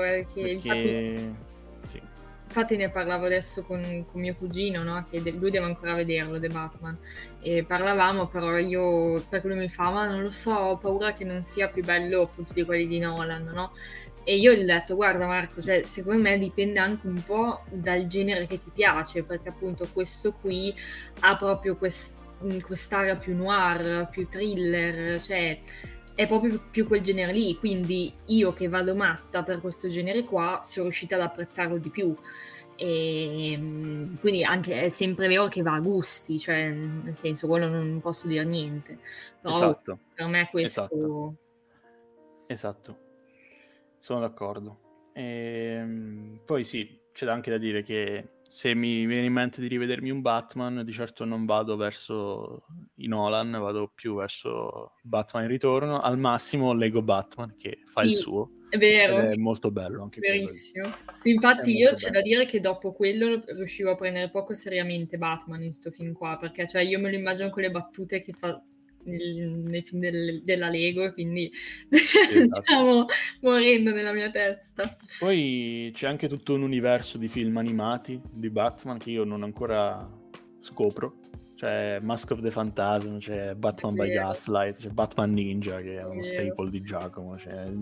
Infatti ne parlavo adesso con mio cugino, no? Che lui deve ancora vederlo, The Batman, e parlavamo, però io, perché lui mi fa, ma non lo so, ho paura che non sia più bello appunto di quelli di Nolan, no? E io gli ho detto, guarda Marco, cioè, secondo me dipende anche un po' dal genere che ti piace, perché appunto questo qui ha proprio quest'area più noir, più thriller, cioè è proprio più quel genere lì, quindi io che vado matta per questo genere qua sono riuscita ad apprezzarlo di più, e quindi anche è sempre vero che va a gusti, cioè nel senso quello non posso dire niente, però esatto. Per me questo esatto. Sono d'accordo. Poi sì, c'è anche da dire che se mi viene in mente di rivedermi un Batman, di certo non vado verso i Nolan, vado più verso Batman in Ritorno, al massimo Lego Batman che fa il suo. È vero. Ed è molto bello anche verissimo. Sì, infatti io c'è da dire che dopo quello riuscivo a prendere poco seriamente Batman in sto film qua, perché cioè io me lo immagino con le battute che fa nei film della Lego, quindi stiamo morendo nella mia testa. Poi c'è anche tutto un universo di film animati di Batman che io non ancora scopro. C'è Mask of the Phantasm, c'è Batman by Gaslight, c'è Batman Ninja che è uno staple di Giacomo,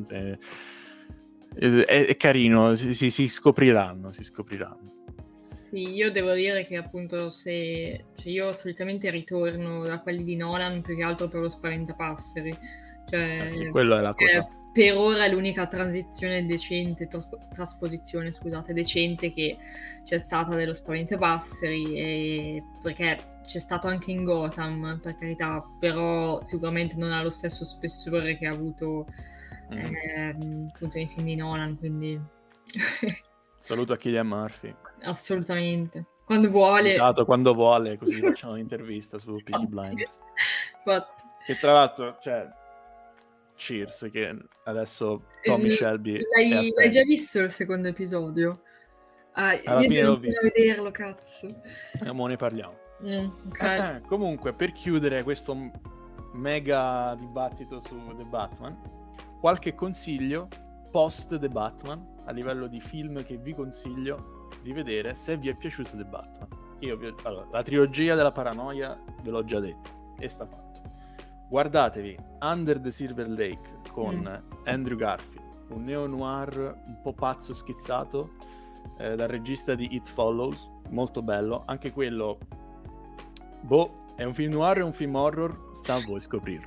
è carino, si scopriranno. Sì, io devo dire che appunto io solitamente ritorno da quelli di Nolan più che altro per lo Spaventapasseri, Cioè, sì, quello è la cosa. Per ora è l'unica transizione decente, trasposizione, scusate, decente che c'è stata dello Spaventapasseri, perché c'è stato anche in Gotham, per carità, però sicuramente non ha lo stesso spessore che ha avuto appunto nei film di Nolan, quindi Saluto a Cillian Murphy. assolutamente. Quando vuole. Quando vuole, così facciamo un'intervista su Peaky Blinders. Che tra l'altro, cioè, Cheers, che adesso Tommy Shelby l'hai già visto il secondo episodio? Alla io fine devo l'ho visto. vederlo, cazzo. Mo ne parliamo. Okay. Comunque, per chiudere questo mega dibattito su The Batman, qualche consiglio post The Batman a livello di film che vi consiglio di vedere se vi è piaciuto The Batman. Allora, la trilogia della paranoia ve l'ho già detto e sta fatto. Guardatevi Under the Silver Lake con Andrew Garfield, un neo-noir un po' pazzo schizzato dal regista di It Follows, molto bello, anche quello è un film noir o un film horror? Sta a voi scoprirlo.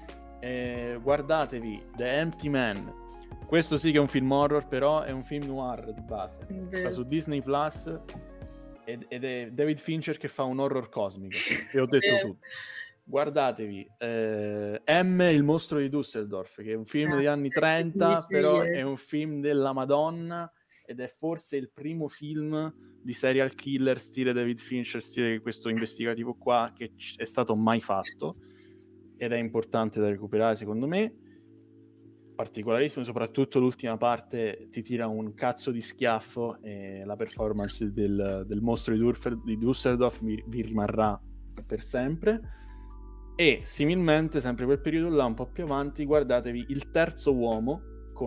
Guardatevi The Empty Man, questo sì che è un film horror, però è un film noir di base, sta su Disney Plus ed è David Fincher che fa un horror cosmico e ho detto tutto. Guardatevi M, il mostro di Düsseldorf, che è un film degli anni 30, però è un film della Madonna ed è forse il primo film di serial killer stile David Fincher, stile questo investigativo qua, che è stato mai fatto ed è importante da recuperare secondo me, particolarissimo, soprattutto l'ultima parte ti tira un cazzo di schiaffo e la performance del mostro di Düsseldorf vi rimarrà per sempre. E similmente, sempre quel periodo là, un po' più avanti, guardatevi Il Terzo Uomo,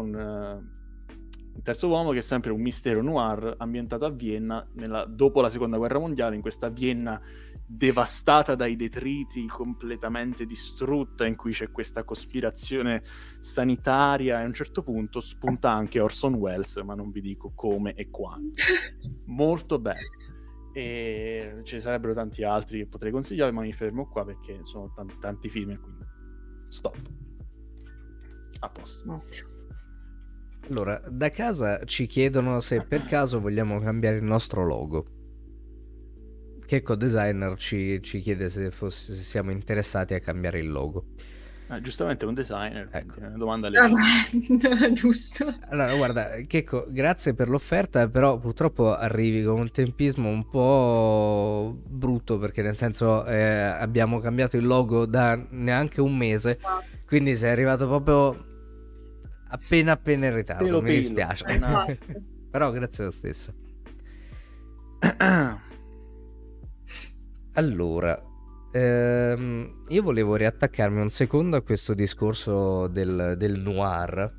Il Terzo Uomo, che è sempre un mistero noir ambientato a Vienna dopo la Seconda Guerra Mondiale, in questa Vienna devastata dai detriti, completamente distrutta, in cui c'è questa cospirazione sanitaria e a un certo punto spunta anche Orson Welles, ma non vi dico come e quando. Molto bello. E ce ne sarebbero tanti altri che potrei consigliare, ma mi fermo qua perché sono tanti film e quindi stop. A posto. Ottimo. Allora, da casa ci chiedono se per caso vogliamo cambiare il nostro logo. Checco Designer ci chiede se siamo interessati a cambiare il logo. Giustamente è un designer, ecco. Una domanda legittima. Giusto. Allora, guarda, Checco, grazie per l'offerta, però purtroppo arrivi con un tempismo un po' brutto, perché nel senso abbiamo cambiato il logo da neanche un mese, quindi sei arrivato proprio appena in ritardo, mi dispiace. Però grazie lo stesso. Allora, io volevo riattaccarmi un secondo a questo discorso del noir,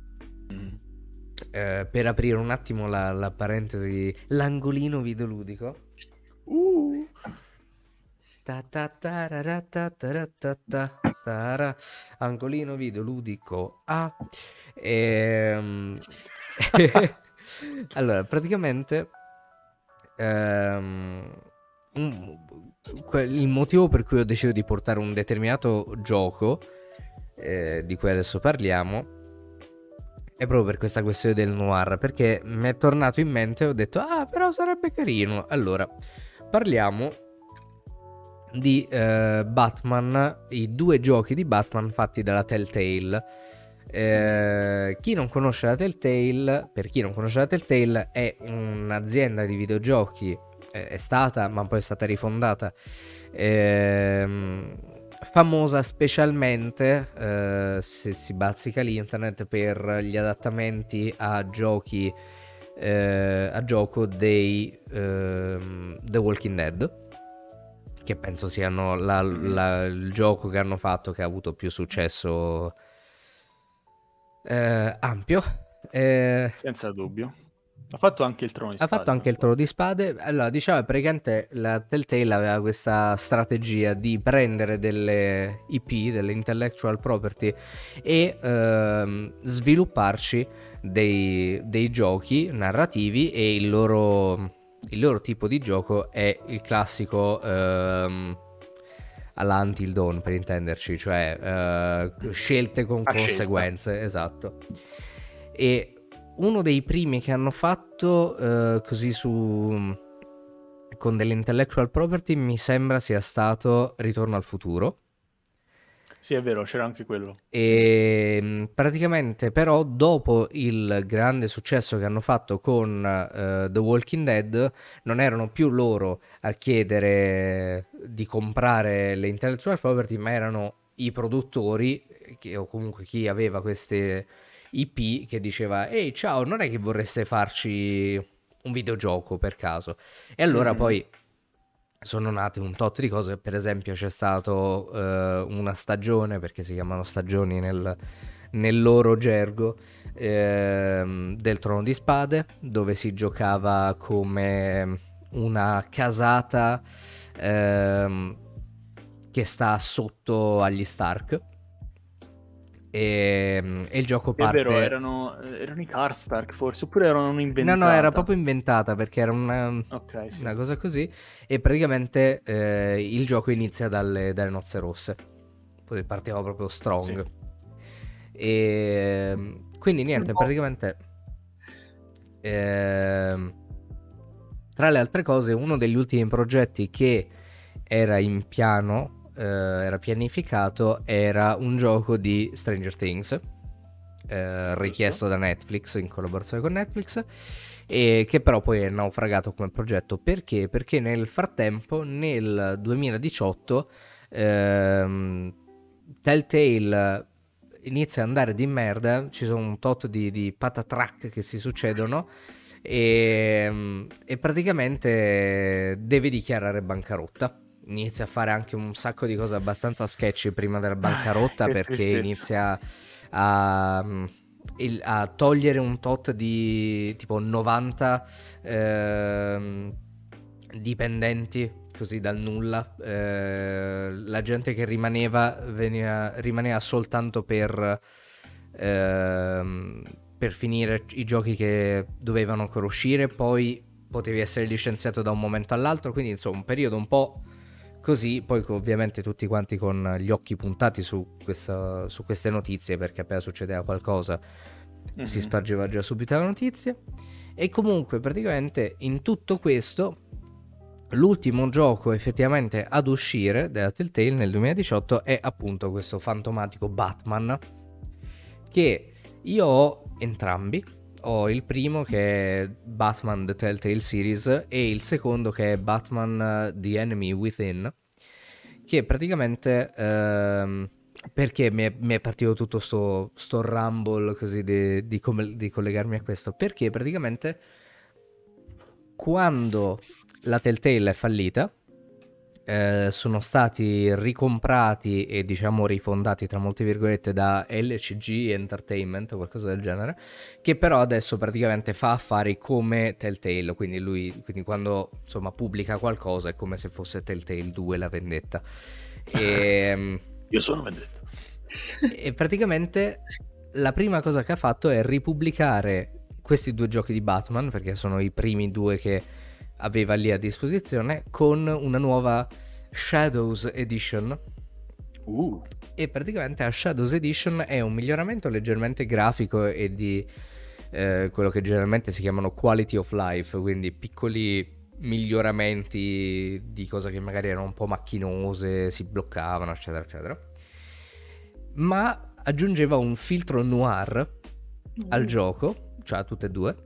per aprire un attimo la parentesi, l'angolino videoludico. Angolino videoludico. Allora, praticamente il motivo per cui ho deciso di portare un determinato gioco, di cui adesso parliamo, è proprio per questa questione del noir, perché mi è tornato in mente e ho detto però sarebbe carino. Allora, parliamo di Batman, i 2 giochi di Batman fatti dalla Telltale. Chi non conosce la Telltale, per chi non conosce la Telltale, è un'azienda di videogiochi, è stata, ma poi è stata rifondata, famosa specialmente, se si bazzica l'internet, per gli adattamenti a giochi, a gioco dei The Walking Dead, che penso siano il gioco che hanno fatto che ha avuto più successo ampio. Senza dubbio. Ha fatto anche il Trono di Spade. Ha fatto anche il Trono di Spade. Allora, diciamo, praticamente la Telltale aveva questa strategia di prendere delle IP, delle intellectual property, e svilupparci dei giochi narrativi, e il loro tipo di gioco è il classico alla Until Dawn, per intenderci, cioè scelte con A conseguenze, esatto. E uno dei primi che hanno fatto così con dell'intellectual property mi sembra sia stato Ritorno al futuro. Sì, è vero, c'era anche quello. E praticamente però dopo il grande successo che hanno fatto con The Walking Dead non erano più loro a chiedere di comprare le intellectual property, ma erano i produttori o comunque chi aveva queste IP che diceva ehi ciao, non è che vorreste farci un videogioco per caso? E allora poi sono nate un tot di cose. Per esempio c'è stato una stagione, perché si chiamano stagioni nel loro gergo, del Trono di Spade, dove si giocava come una casata che sta sotto agli Stark. E il gioco È vero, parte... erano i Karstark forse, oppure erano No, inventata. era proprio inventata perché era Ok, sì. una cosa così. E praticamente il gioco inizia dalle nozze rosse. Poi partiamo proprio strong. Sì. E quindi niente, praticamente tra le altre cose, uno degli ultimi progetti che era in piano, era pianificato, era un gioco di Stranger Things, richiesto da Netflix in collaborazione con Netflix, e che però poi è naufragato come progetto. Perché? Perché nel frattempo, nel 2018, Telltale inizia ad andare di merda, ci sono un tot di patatrack che si succedono e praticamente deve dichiarare bancarotta. Inizia a fare anche un sacco di cose abbastanza sketchy prima della bancarotta, che perché tristezza. inizia a togliere un tot di tipo 90 dipendenti così dal nulla. La gente che rimaneva soltanto per finire i giochi che dovevano ancora uscire, poi potevi essere licenziato da un momento all'altro, quindi insomma un periodo un po' così. Poi ovviamente tutti quanti con gli occhi puntati su queste notizie, perché appena succedeva qualcosa si spargeva già subito la notizia. E comunque praticamente in tutto questo l'ultimo gioco effettivamente ad uscire della Telltale nel 2018 è appunto questo fantomatico Batman, che io ho entrambi. Ho il primo che è Batman The Telltale Series e il secondo che è Batman The Enemy Within, che praticamente perché mi è partito tutto sto rumble così di collegarmi a questo, perché praticamente quando la Telltale è fallita sono stati ricomprati e diciamo rifondati tra molte virgolette da LCG Entertainment o qualcosa del genere, che però adesso praticamente fa affari come Telltale, quindi quando insomma pubblica qualcosa è come se fosse Telltale 2 la vendetta. Io sono vendetta. E praticamente la prima cosa che ha fatto è ripubblicare questi due giochi di Batman, perché sono i primi due che aveva lì a disposizione, con una nuova Shadows Edition. E praticamente la Shadows Edition è un miglioramento leggermente grafico e di quello che generalmente si chiamano quality of life, quindi piccoli miglioramenti di cose che magari erano un po' macchinose, si bloccavano, eccetera eccetera, ma aggiungeva un filtro noir al gioco, cioè a tutte e due.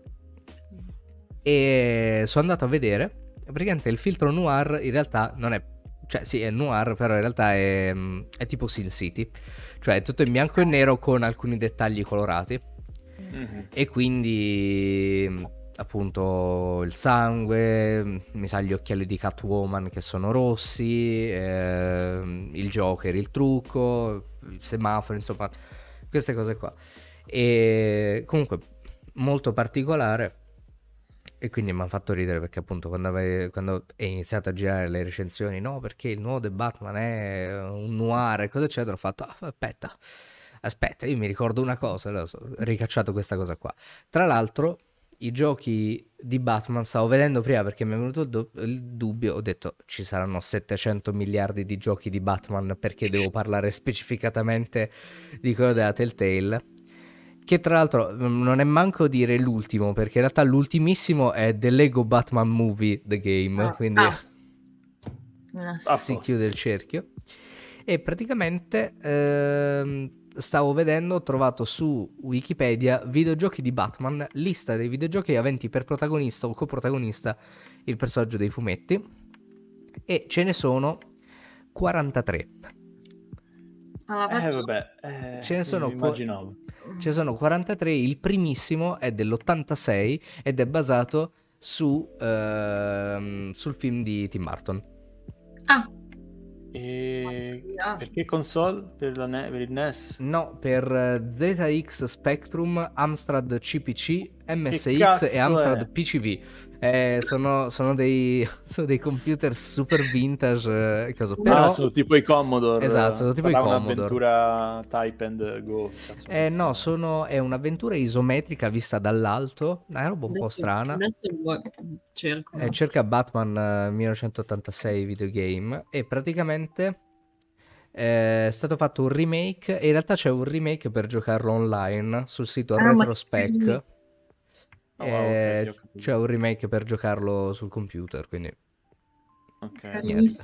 E sono andato a vedere, praticamente il filtro noir in realtà non è, cioè sì è noir, però in realtà è tipo Sin City, cioè è tutto in bianco e nero con alcuni dettagli colorati. E quindi appunto il sangue, mi sa gli occhiali di Catwoman che sono rossi, il Joker, il trucco, il semaforo, insomma queste cose qua. E comunque molto particolare. E quindi mi ha fatto ridere perché appunto quando è iniziato a girare le recensioni, no perché il nuovo The Batman è un noir e cosa eccetera, ho fatto aspetta, io mi ricordo una cosa, allora ho ricacciato questa cosa qua. Tra l'altro i giochi di Batman, stavo vedendo prima perché mi è venuto il dubbio, ho detto ci saranno 700 miliardi di giochi di Batman perché devo parlare specificatamente di quello della Telltale, che tra l'altro non è manco dire l'ultimo, perché in realtà l'ultimissimo è The Lego Batman Movie The Game, quindi si chiude il cerchio. E praticamente stavo vedendo, ho trovato su Wikipedia videogiochi di Batman, lista dei videogiochi aventi per protagonista o coprotagonista il personaggio dei fumetti, e ce ne sono 43. Vabbè, ce ne sono immaginavo. Ce ne sono 43, il primissimo è dell'86 ed è basato sul film di Tim Burton. Perché console? Per il NES? No, per ZX Spectrum, Amstrad CPC, MSX cazzo e Amstrad è? PCV. Sono dei computer super vintage, però sono tipo i Commodore. Esatto, sono tipo i sarà Commodore. un'avventura type and go. No, è un'avventura isometrica vista dall'alto, è una roba un po' strana. Adesso cerco. Cerca Batman 1986 videogame e praticamente è stato fatto un remake, e in realtà c'è un remake per giocarlo online sul sito Retrospec. Okay, sì, c'è un remake per giocarlo sul computer, quindi niente.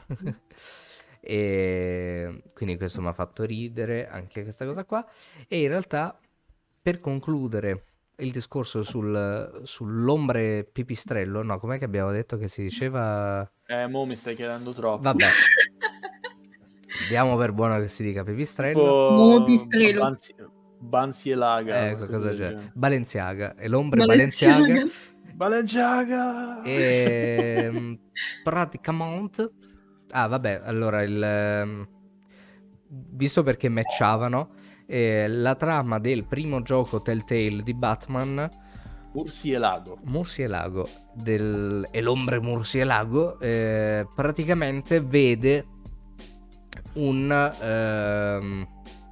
E quindi questo mi ha fatto ridere anche questa cosa qua. E in realtà, per concludere il discorso sull'ombre pipistrello, no, com'è che abbiamo detto che si diceva? Mo mi stai chiedendo troppo. Vabbè, diamo per buono che si dica pipistrello. Pipistrello. Balenciaga. Qualcosa del genere. Balenciaga. E l'ombre Balenciaga. E praticamente... vabbè, allora visto perché matchavano, la trama del primo gioco Telltale di Batman, Murcielago e l'ombre Murcielago, praticamente vede un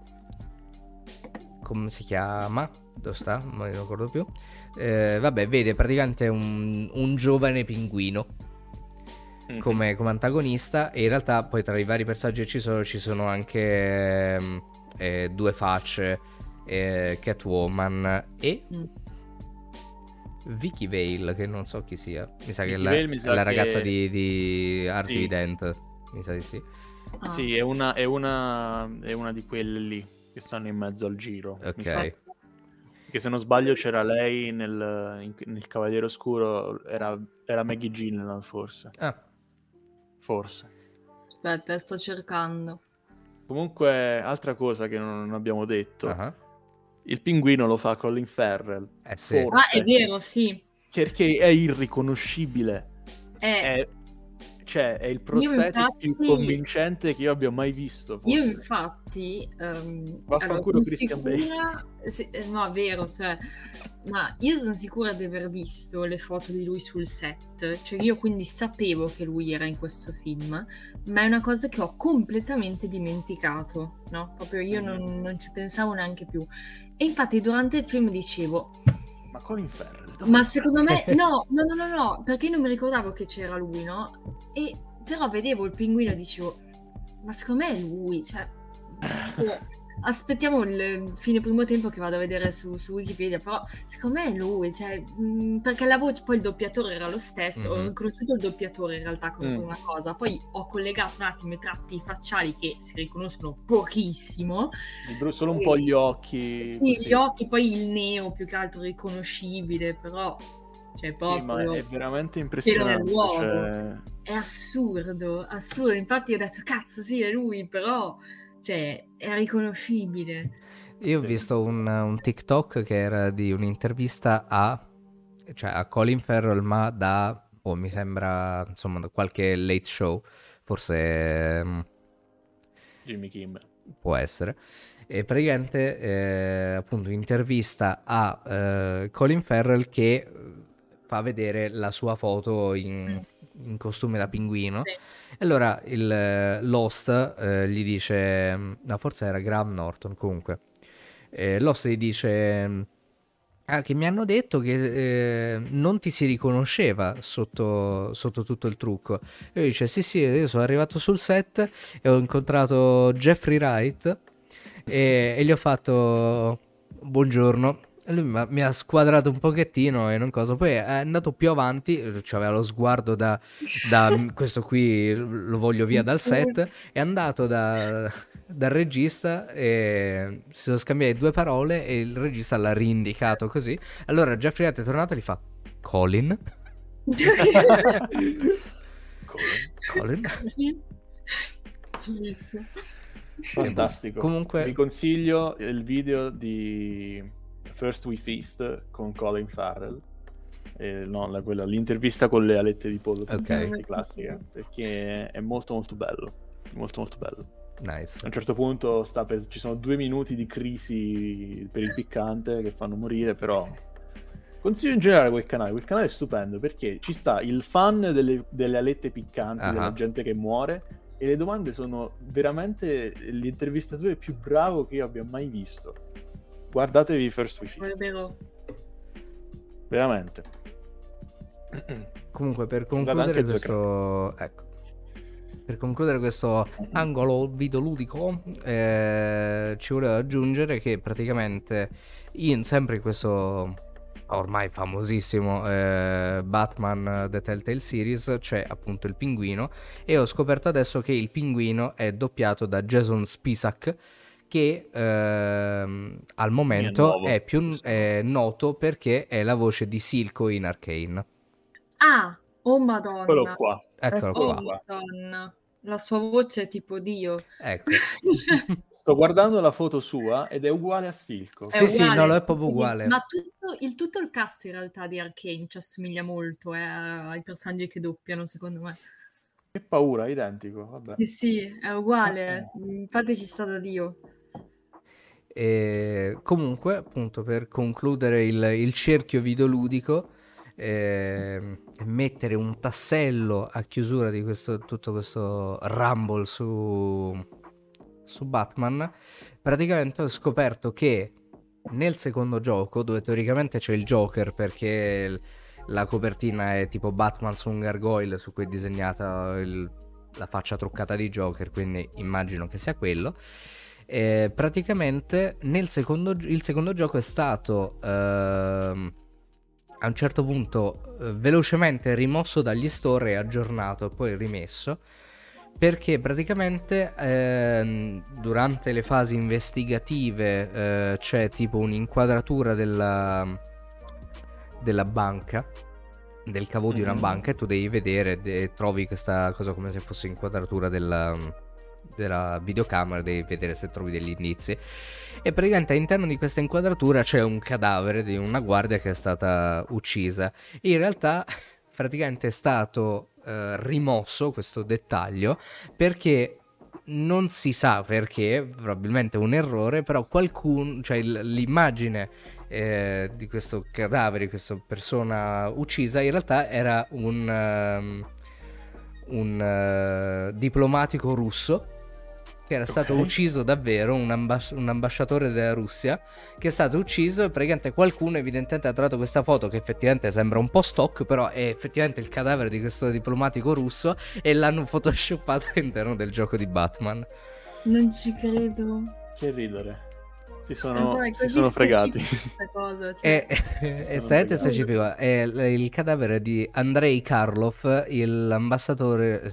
come si chiama? Dove sta? Non mi ricordo più. Vabbè, vede praticamente un giovane pinguino come antagonista, e in realtà poi tra i vari personaggi che ci sono anche Due Facce, Catwoman e Vicky Vale, che non so chi sia. Mi sa che è la ragazza di Harvey Dent. Mi sa di sì. Sì, è una di quelle lì che stanno in mezzo al giro. Ok. Che se non sbaglio c'era lei nel Cavaliere Oscuro, era Maggie Gyllenhaal forse. Forse. Aspetta, sto cercando. Comunque, altra cosa che non abbiamo detto. Il pinguino lo fa Colin Farrell. Sì. Forse, è vero, sì. Perché è irriconoscibile. È il prosthetic più convincente che io abbia mai visto. Forse. Io infatti vaffanculo Christian Bale. No, è vero, cioè, ma io sono sicura di aver visto le foto di lui sul set, cioè io quindi sapevo che lui era in questo film, ma è una cosa che ho completamente dimenticato, no? Proprio io non ci pensavo neanche più. E infatti durante il film dicevo: ma Colin Farrell? Ma secondo me no, perché non mi ricordavo che c'era lui, no? E però vedevo il pinguino e dicevo: ma secondo me è lui, cioè aspettiamo il fine primo tempo che vado a vedere su Wikipedia, però secondo me è lui, cioè, perché la voce, poi il doppiatore era lo stesso, ho riconosciuto il doppiatore in realtà come una cosa, poi ho collegato un attimo i tratti facciali che si riconoscono pochissimo, solo un po' gli occhi, sì, gli occhi, poi il neo più che altro riconoscibile, però cioè proprio ma è veramente impressionante, cioè... è assurdo, infatti ho detto cazzo sì, è lui, però cioè è riconoscibile. Io ho visto un TikTok che era di un'intervista a Colin Farrell, ma mi sembra, insomma, da qualche late show, forse Jimmy Kimmel, può essere, e praticamente appunto intervista a Colin Farrell che fa vedere la sua foto in costume da pinguino. E allora l'host gli dice, no, forse era Graham Norton, comunque L'host gli dice: Che mi hanno detto che non ti si riconosceva sotto tutto il trucco. E io dice sì, io sono arrivato sul set e ho incontrato Jeffrey Wright e gli ho fatto buongiorno. E lui mi ha squadrato un pochettino e non cosa. Poi è andato più avanti, c'aveva lo sguardo da questo qui lo voglio via dal set. È andato dal regista e si sono scambiati 2 parole e il regista l'ha reindicato così. Allora Jeffrey Wright è tornato e gli fa Colin. Colin. Bellissimo. Fantastico. Comunque vi consiglio il video di First We Feast con Colin Farrell, l'intervista con le alette di pollo, classica, perché è molto molto bello, molto molto bello. Nice. A un certo punto ci sono 2 minuti di crisi per il piccante che fanno morire, però consiglio in generale quel canale è stupendo perché ci sta il fan delle alette piccanti, della gente che muore, e le domande sono veramente l'intervistatore più bravo che io abbia mai visto. Guardatevi First We Feast. Veramente. Comunque per concludere questo angolo videoludico ci volevo aggiungere che praticamente sempre in questo ormai famosissimo Batman The Telltale Series c'è appunto il pinguino, e ho scoperto adesso che il pinguino è doppiato da Jason Spisak, che al momento è più noto perché è la voce di Silco in Arcane. Oh madonna. Quello qua. Eccolo qua. Madonna. La sua voce è tipo Dio. Ecco. Sto guardando la foto sua ed è uguale a Silco. Sì, no, lo è proprio uguale. Ma tutto il cast in realtà di Arcane ci assomiglia molto ai personaggi che doppiano, secondo me. Che paura, identico. Vabbè. Sì, è uguale. Infatti ci sta da Dio. E comunque, appunto, per concludere il cerchio videoludico, mettere un tassello a chiusura di tutto questo rumble su Batman, praticamente ho scoperto che nel secondo gioco, dove teoricamente c'è il Joker perché la copertina è tipo Batman su un gargoyle su cui è disegnata la faccia truccata di Joker, quindi immagino che sia quello. Praticamente il secondo gioco è stato a un certo punto velocemente rimosso dagli store e aggiornato e poi rimesso, perché praticamente durante le fasi investigative c'è tipo un'inquadratura della banca, del cavo di una banca, e tu devi vedere, trovi questa cosa come se fosse inquadratura della videocamera, devi vedere se trovi degli indizi, e praticamente all'interno di questa inquadratura c'è un cadavere di una guardia che è stata uccisa. In realtà praticamente è stato rimosso questo dettaglio perché non si sa perché, probabilmente un errore, però qualcuno, cioè l'immagine di questo cadavere, di questa persona uccisa, in realtà era un diplomatico russo che era stato ucciso davvero, un ambasciatore della Russia che è stato ucciso, e praticamente qualcuno evidentemente ha trovato questa foto che effettivamente sembra un po' stock, però è effettivamente il cadavere di questo diplomatico russo, e l'hanno photoshoppato all'interno del gioco di Batman. Non ci credo. Che ridere. Si sono fregati. Cosa, cioè. È estremamente specifico. È il cadavere di Andrei Karlov, l'ambasciatore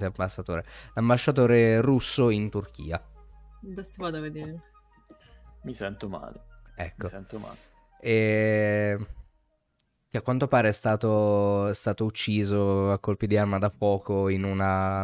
russo in Turchia. Adesso vado a vedere. Mi sento male. Ecco. Mi sento male. Che a quanto pare è stato ucciso a colpi di arma da fuoco in una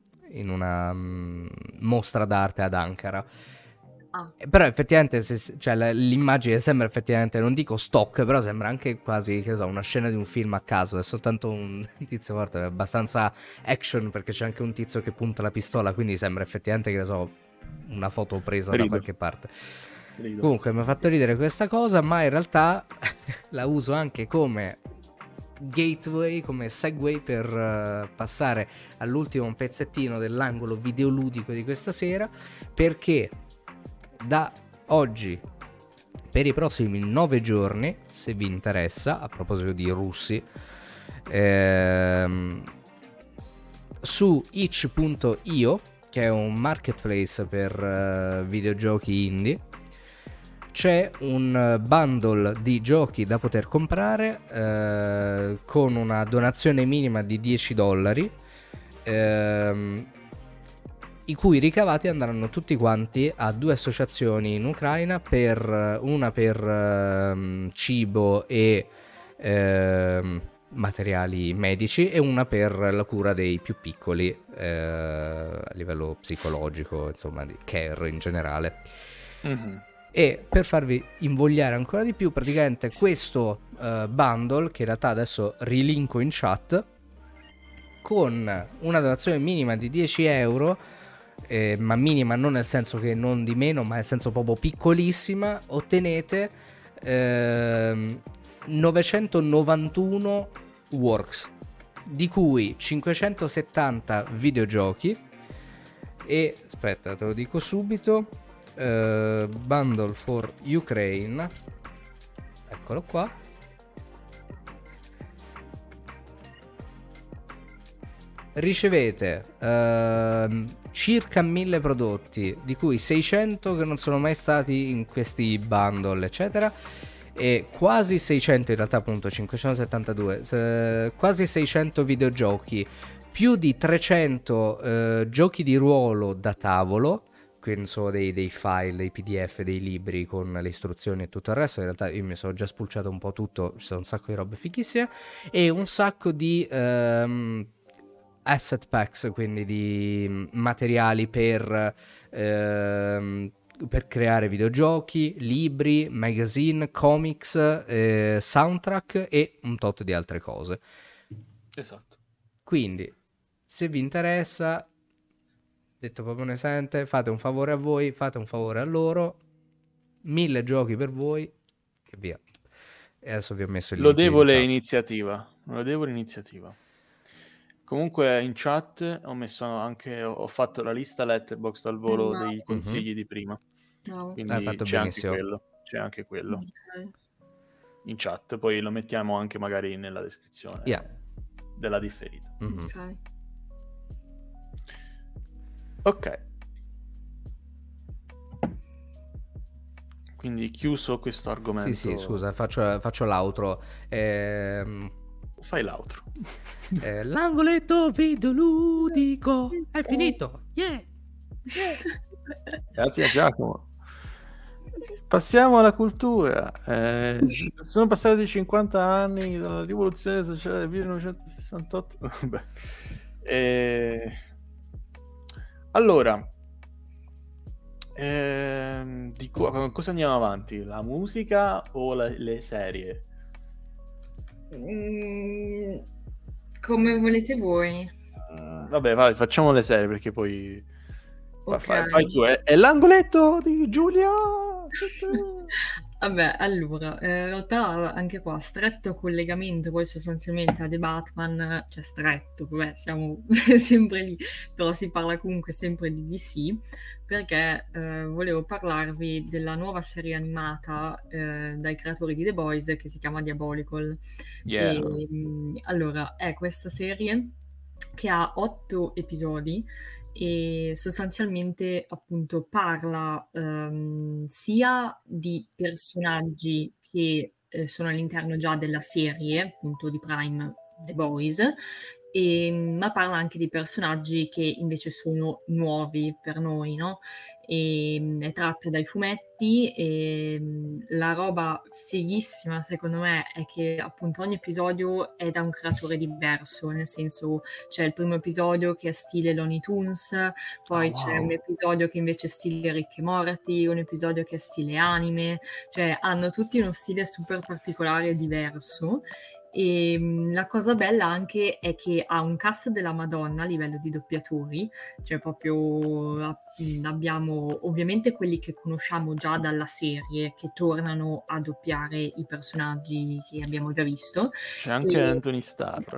mostra d'arte ad Ankara. Però effettivamente cioè, l'immagine sembra effettivamente, non dico stock, però sembra anche quasi, che so, una scena di un film a caso. È soltanto un tizio morto, è abbastanza action perché c'è anche un tizio che punta la pistola, quindi sembra effettivamente, che so, una foto presa da qualche parte. Comunque mi ha fatto ridere questa cosa, ma in realtà la uso anche come gateway, come segue per passare all'ultimo pezzettino dell'angolo videoludico di questa sera, perché da oggi per i prossimi 9 giorni, se vi interessa, a proposito di russi, su itch.io, che è un marketplace per videogiochi indie, c'è un bundle di giochi da poter comprare con una donazione minima di $10, i cui ricavati andranno tutti quanti a 2 associazioni in Ucraina, una per cibo e materiali medici, e una per la cura dei più piccoli a livello psicologico, insomma, di care in generale. Mm-hmm. E per farvi invogliare ancora di più, praticamente questo bundle, che in realtà adesso rilinko in chat, con una donazione minima di €10, ma minima non nel senso che non di meno, ma nel senso proprio piccolissima, ottenete 991 works, di cui 570 videogiochi. E aspetta, te lo dico subito, bundle for Ukraine, eccolo qua. Ricevete circa 1000 prodotti, di cui 600 che non sono mai stati in questi bundle, eccetera, e quasi 600, in realtà appunto 572, quasi 600 videogiochi, più di 300 giochi di ruolo da tavolo, quindi sono dei file, dei PDF, dei libri con le istruzioni e tutto il resto. In realtà io mi sono già spulciato un po' tutto, ci sono un sacco di robe fighissime, e un sacco di asset packs, quindi di materiali per creare videogiochi, libri, magazine, comics, soundtrack e un tot di altre cose. Esatto. Quindi, se vi interessa, detto proprio ne sente, fate un favore a voi, fate un favore a loro, 1000 giochi per voi, e via. E adesso vi ho messo il link Lodevole in iniziativa. Comunque in chat ho fatto la lista Letterboxd al volo dei consigli di prima. Quindi hai fatto benissimo. C'è anche quello. Okay. In chat, poi lo mettiamo anche magari nella descrizione della differita. Mm-hmm. Ok. Quindi chiuso questo argomento. Sì, scusa, faccio l'outro. Fai l'outro. L'angoletto videoludico è finito. Yeah. Grazie a Giacomo. Passiamo alla cultura. Sono passati 50 anni dalla rivoluzione sociale del 1968. Allora, cosa andiamo avanti? La musica o le serie? Come volete voi. Vabbè, vai, facciamo le serie, perché poi Okay. fai tu. È l'angoletto di Giulia. Vabbè, allora, in realtà anche qua stretto collegamento poi sostanzialmente a The Batman, cioè stretto, vabbè, siamo sempre lì, però si parla comunque sempre di DC, perché volevo parlarvi della nuova serie animata dai creatori di The Boys, che si chiama Diabolical. Yeah. Allora, è questa serie che ha 8 episodi e sostanzialmente appunto parla sia di personaggi che sono all'interno già della serie appunto di Prime, The Boys, ma parla anche di personaggi che invece sono nuovi per noi, no? È tratta dai fumetti e la roba fighissima secondo me è che appunto ogni episodio è da un creatore diverso, nel senso c'è il primo episodio che è stile Looney Tunes, poi c'è un episodio che invece è stile Rick e Morty, un episodio che è stile anime, cioè hanno tutti uno stile super particolare e diverso. E la cosa bella anche è che ha un cast della Madonna a livello di doppiatori, cioè proprio abbiamo ovviamente quelli che conosciamo già dalla serie che tornano a doppiare i personaggi che abbiamo già visto. C'è anche Anthony Starr.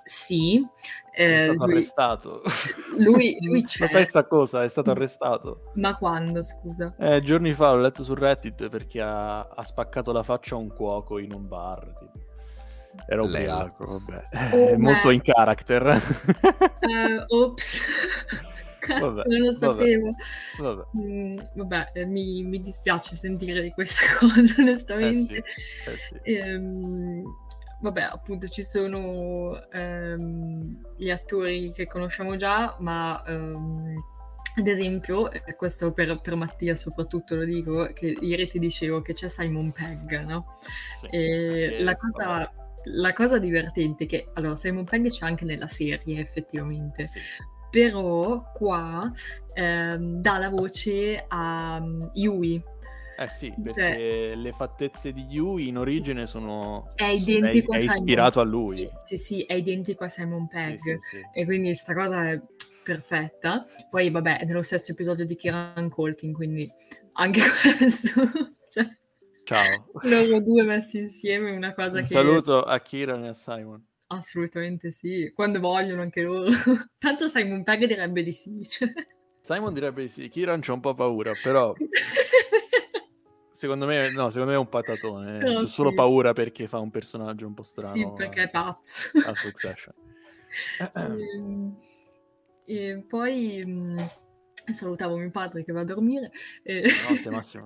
Sì, è stato arrestato. Lui c'è. Ma sai sta cosa? È stato arrestato. Ma quando, scusa? Giorni fa l'ho letto su Reddit perché ha spaccato la faccia a un cuoco in un bar. Tipo. Era ubriaco, vabbè. È molto in character. Ops. Cazzo, Vabbè, non lo sapevo. Vabbè. Mi dispiace sentire di questa cosa, onestamente. Sì. Vabbè, appunto ci sono gli attori che conosciamo già, ma ad esempio, questo per Mattia soprattutto lo dico, che ieri ti dicevo che c'è Simon Pegg, no? Sì, E la cosa divertente è che, allora, Simon Pegg c'è anche nella serie, effettivamente. Sì. Però qua dà la voce a Yui. Sì, perché le fattezze di Yui in origine sono... È identico è ispirato a lui. Sì, è identico a Simon Pegg. Sì. E quindi sta cosa è perfetta. Poi, vabbè, è nello stesso episodio di Kieran Culkin, quindi anche questo... cioè, ciao. Loro due messi insieme è una cosa Un saluto a Kieran e a Simon. Assolutamente sì, quando vogliono anche loro. Tanto Simon Pegg direbbe di sì. Cioè. Simon direbbe di sì, Kieran c'ha un po' paura, però... Secondo me è un patatone. C'è solo paura perché fa un personaggio un po' strano. Sì, perché è pazzo. A Succession. E poi salutavo mio padre che va a dormire. Notte, Massimo.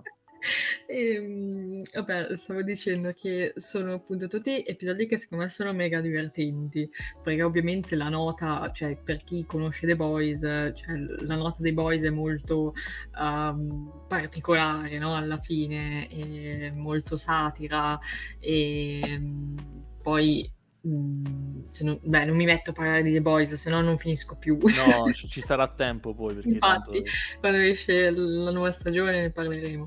Vabbè, stavo dicendo che sono appunto tutti episodi che secondo me sono mega divertenti, perché ovviamente la nota, cioè per chi conosce The Boys, cioè, la nota dei Boys è molto particolare, no? Alla fine è molto satira e poi non mi metto a parlare di The Boys, se no non finisco più. No, ci sarà tempo poi, perché infatti tanto... quando esce la nuova stagione ne parleremo.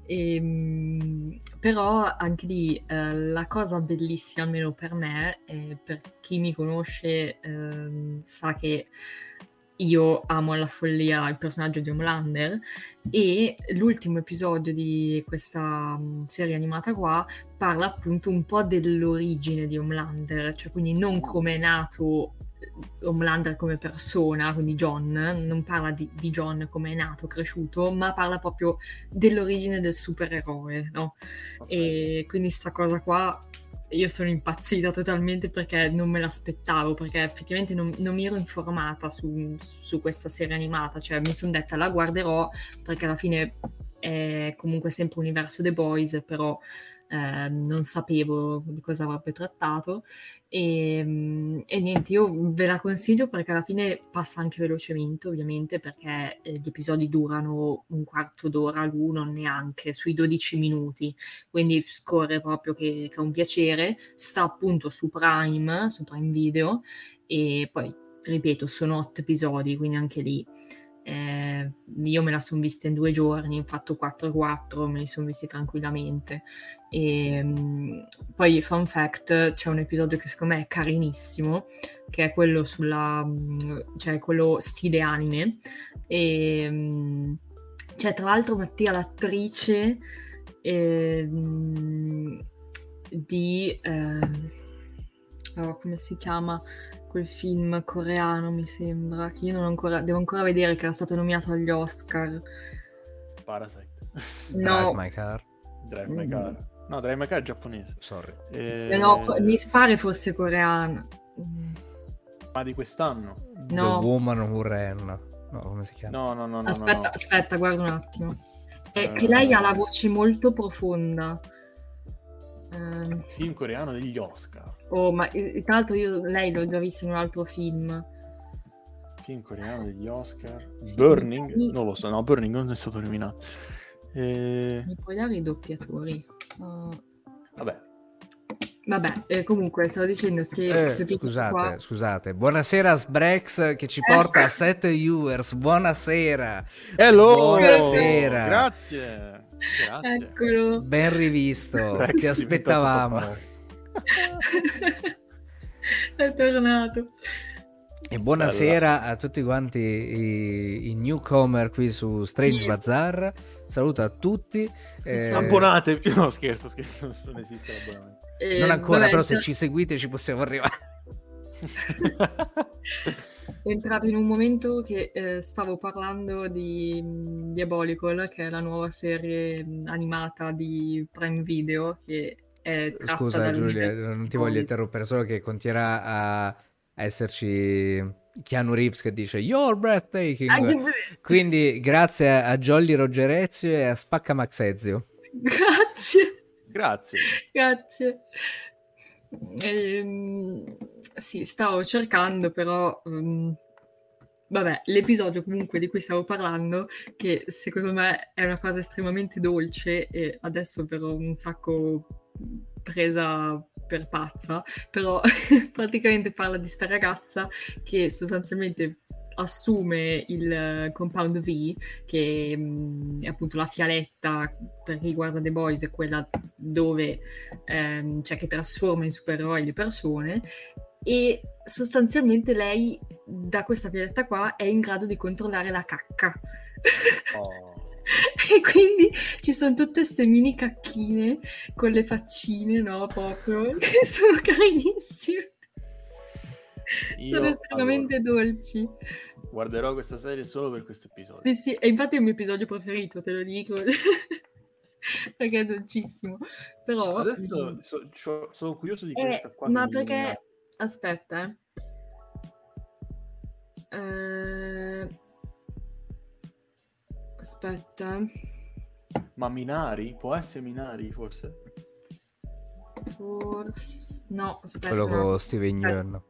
Però anche lì la cosa bellissima, almeno per me, per chi mi conosce sa che io amo alla follia il personaggio di Homelander, e l'ultimo episodio di questa serie animata qua parla appunto un po' dell'origine di Homelander, cioè quindi non come è nato Homelander come persona, quindi John, non parla di John come è nato, cresciuto, ma parla proprio dell'origine del supereroe, no? Okay. E quindi sta cosa qua io sono impazzita totalmente perché non me l'aspettavo, perché effettivamente non mi ero informata su questa serie animata, cioè mi sono detta la guarderò perché alla fine è comunque sempre universo The Boys, però non sapevo di cosa avrebbe trattato e niente, io ve la consiglio perché alla fine passa anche velocemente, ovviamente, perché gli episodi durano un quarto d'ora l'uno, neanche sui 12 minuti, quindi scorre proprio che è un piacere. Sta appunto su Prime Video, e poi ripeto sono 8 episodi, quindi anche lì io me la sono vista in 2 giorni, ho fatto 4 me li sono visti tranquillamente. E poi fun fact, c'è un episodio che secondo me è carinissimo, che è quello cioè quello stile anime, e c'è tra l'altro Mattia l'attrice di come si chiama quel film coreano, mi sembra, che io devo ancora vedere, che era stato nominato agli Oscar. Parasite. No. Drive My Car. No, Drive My Car è giapponese. Sorry. No, mi pare fosse coreano. Ma di quest'anno? No. The Woman Who Ran. No, come si chiama? No. Aspetta, guarda un attimo. È che lei ha la voce molto profonda. Film coreano degli Oscar. Oh, ma tra l'altro lei l'ho già vista in un altro film. Film coreano degli Oscar. Sì, Burning? Non lo so, no, Burning non è stato nominato. Mi puoi dare i doppiatori? Vabbè, comunque stavo dicendo che scusate, buonasera Sbrex che ci porta a 7 viewers, buonasera. Hello, buonasera. Grazie. Eccolo. Ben rivisto, ti aspettavamo. È tornato. E buonasera a tutti quanti i newcomer qui su Strange Bazaar. Saluto a tutti. Abbonatevi. No, scherzo, non esiste l'abbonamento. Non ancora, però se ci seguite ci possiamo arrivare. È entrato in un momento che stavo parlando di Diabolical, che è la nuova serie animata di Prime Video, che è tratta Scusa Giulia, dall'universo non di ti voglio Boys. interrompere, solo che continuerà a esserci Keanu Reeves che dice You're breathtaking. Quindi grazie a Jolly Rogerezio e a Spacca Maxezio. Grazie. Grazie. Grazie. Sì, stavo cercando, però vabbè, l'episodio comunque di cui stavo parlando, che secondo me è una cosa estremamente dolce e adesso verrò un sacco presa per pazza, però praticamente parla di sta ragazza che sostanzialmente assume il Compound V, che è appunto la fialetta per chi guarda The Boys, è quella dove cioè che trasforma in supereroi le persone, e sostanzialmente lei da questa fialetta qua è in grado di controllare la cacca. Oh. E quindi ci sono tutte ste mini cacchine con le faccine, no, proprio, che sono carinissime. Sono estremamente dolci. Guarderò questa serie solo per questo episodio. Sì, sì, e infatti è il mio episodio preferito, te lo dico. Perché è dolcissimo. Però adesso sono curioso di questa qua. ma perché aspetta, aspetta. Ma Minari? Può essere Minari, forse? Forse no, aspetta. Quello con Steven Yeun.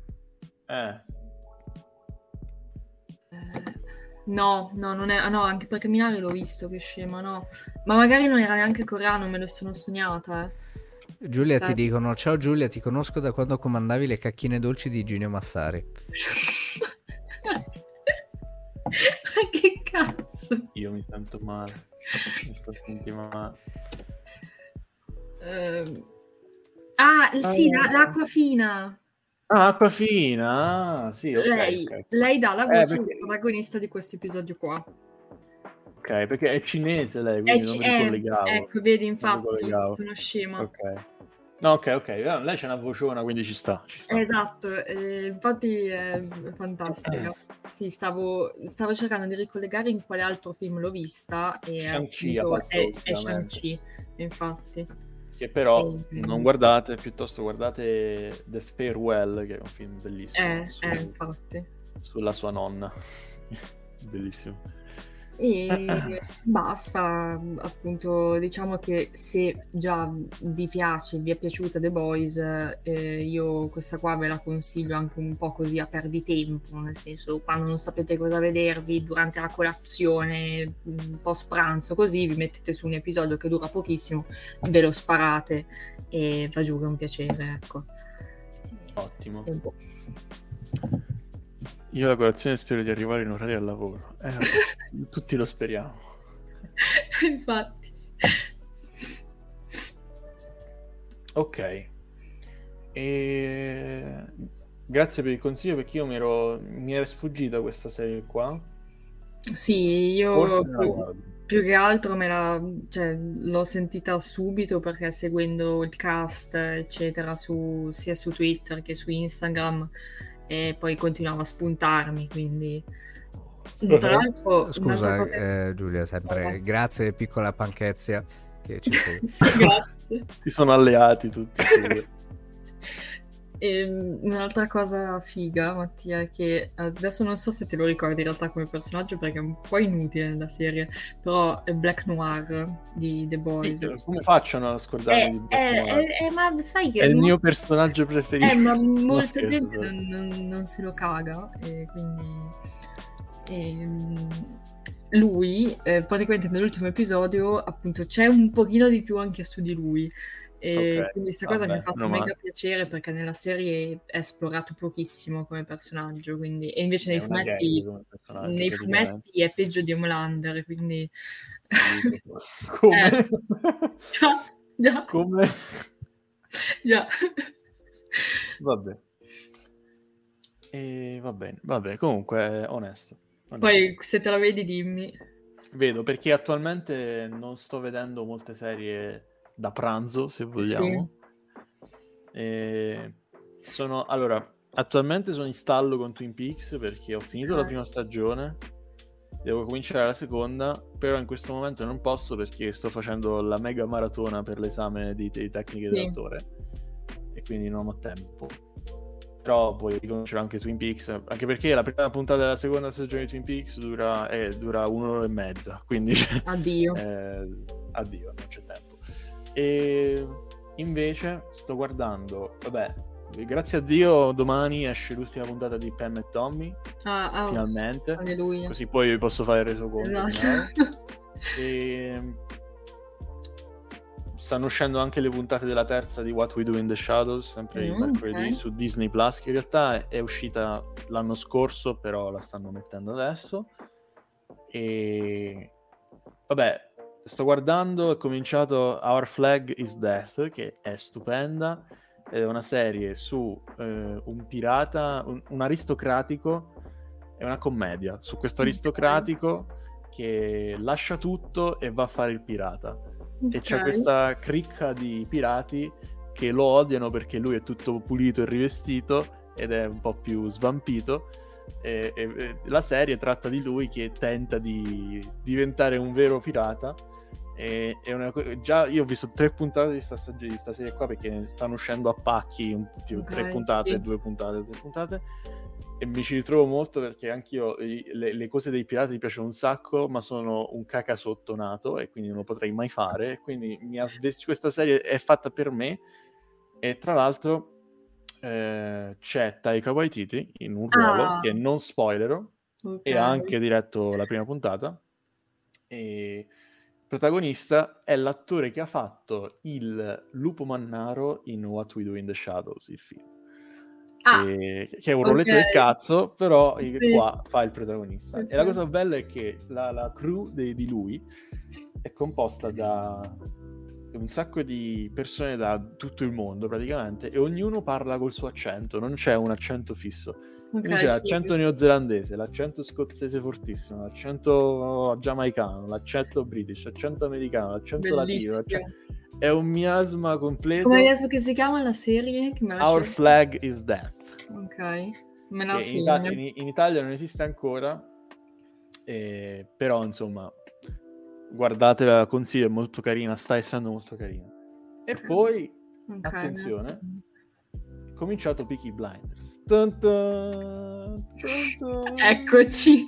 No, non è. No, anche perché Minari l'ho visto, che scema, no. Ma magari non era neanche coreano, me lo sono sognata. Giulia, ti dicono: ciao Giulia, ti conosco da quando comandavi le cacchine dolci di Ginio Massari. Ma che cazzo? Io mi sento male. Mi sto sentendo male. Sì, l'Acquafina. Acquafina, sì, ok. Lei dà la voce al protagonista di questo episodio qua. Ok, perché è cinese lei, quindi non mi ricollegavo. Ecco, vedi, infatti, sono scema. Ok. No, ok. Lei c'è una vociona, quindi ci sta. Esatto, infatti è fantastica. Sì, stavo cercando di ricollegare in quale altro film l'ho vista, e Shang-Chi è Shang-Chi, infatti. Che però non guardate, piuttosto guardate The Farewell, che è un film bellissimo. Infatti. Sulla sua nonna. Bellissimo. E basta, appunto, diciamo che se già vi è piaciuta The Boys, io questa qua ve la consiglio anche un po' così a perditempo, nel senso, quando non sapete cosa vedervi, durante la colazione, post pranzo, così vi mettete su un episodio che dura pochissimo, ve lo sparate e va giù che è un piacere, ecco. Ottimo. Io la colazione spero di arrivare in orario al lavoro. Tutti lo speriamo. Infatti. Ok. Grazie per il consiglio, perché io mi era sfuggita questa serie qua. Sì, io più che altro l'ho sentita subito, perché seguendo il cast, eccetera, sia su Twitter che su Instagram, e poi continuava a spuntarmi, quindi tra l'altro scusa Giulia, sempre grazie piccola Panchezia che ci sei. Grazie. Si sono alleati tutti. E un'altra cosa figa, Mattia, è che adesso non so se te lo ricordi in realtà come personaggio, perché è un po' inutile nella serie, però è Black Noir di The Boys. Come facciano a scordarmi di Black Noir? Ma sai che è il mio personaggio preferito. Ma molta gente non se lo caga, e quindi lui praticamente nell'ultimo episodio appunto c'è un pochino di più anche su di lui. E quindi questa cosa mi ha fatto mega piacere, perché nella serie è esplorato pochissimo come personaggio, quindi, e invece nei fumetti è peggio di Homelander, quindi come? Già. Come? Già. Vabbè. Va bene, comunque è onesto. Poi se te la vedi dimmi. Vedo, perché attualmente non sto vedendo molte serie da pranzo, se vogliamo. Sì. Allora, attualmente sono in stallo con Twin Peaks perché ho finito la prima stagione, devo cominciare la seconda, però in questo momento non posso perché sto facendo la mega maratona per l'esame di tecniche d'attore e quindi non ho tempo. Però poi ricomincerò anche Twin Peaks, anche perché la prima puntata della seconda stagione di Twin Peaks dura 1 ora e mezza, quindi addio, non c'è tempo. E invece sto guardando, vabbè, grazie a Dio domani esce l'ultima puntata di Pam e Tommy, finalmente, alleluia. Così poi vi posso fare il resoconto. Esatto. E stanno uscendo anche le puntate della terza di What We Do in the Shadows, sempre il mercoledì su Disney Plus, che in realtà è uscita l'anno scorso, però la stanno mettendo adesso. E vabbè, sto guardando, è cominciato Our Flag is Death, che è stupenda, è una serie su un pirata, un aristocratico, è una commedia su questo aristocratico che lascia tutto e va a fare il pirata. E c'è questa cricca di pirati che lo odiano perché lui è tutto pulito e rivestito ed è un po' più svampito, e la serie tratta di lui che tenta di diventare un vero pirata. Già io ho visto 3 puntate di sta serie qua perché stanno uscendo a pacchi, tipo 3 puntate, 2 puntate, 3 puntate, e mi ci ritrovo molto perché anch'io le cose dei pirati mi piacciono un sacco, ma sono un cacasotto nato e quindi non lo potrei mai fare, quindi questa serie è fatta per me. E tra l'altro c'è Taika Waititi in un ruolo che non spoilerò, e ha anche diretto la prima puntata, e il protagonista è l'attore che ha fatto il lupo mannaro in What We Do in the Shadows, il film. Che è un roletto del cazzo, però qua fa il protagonista. E la cosa bella è che la crew di lui è composta da un sacco di persone da tutto il mondo praticamente, e ognuno parla col suo accento, non c'è un accento fisso. Quindi c'è l'accento neozelandese, l'accento scozzese fortissimo, l'accento giamaicano, l'accento british, l'accento americano, l'accento latino, è un miasma completo. Come hai detto che si chiama la serie? Our Flag is Death. Ok, me la segno. In Italia non esiste ancora, però insomma guardatela, consiglio, è molto carina, sta essendo molto carina. E poi, attenzione, è cominciato Peaky Blinders. Dun dun, dun dun. Eccoci.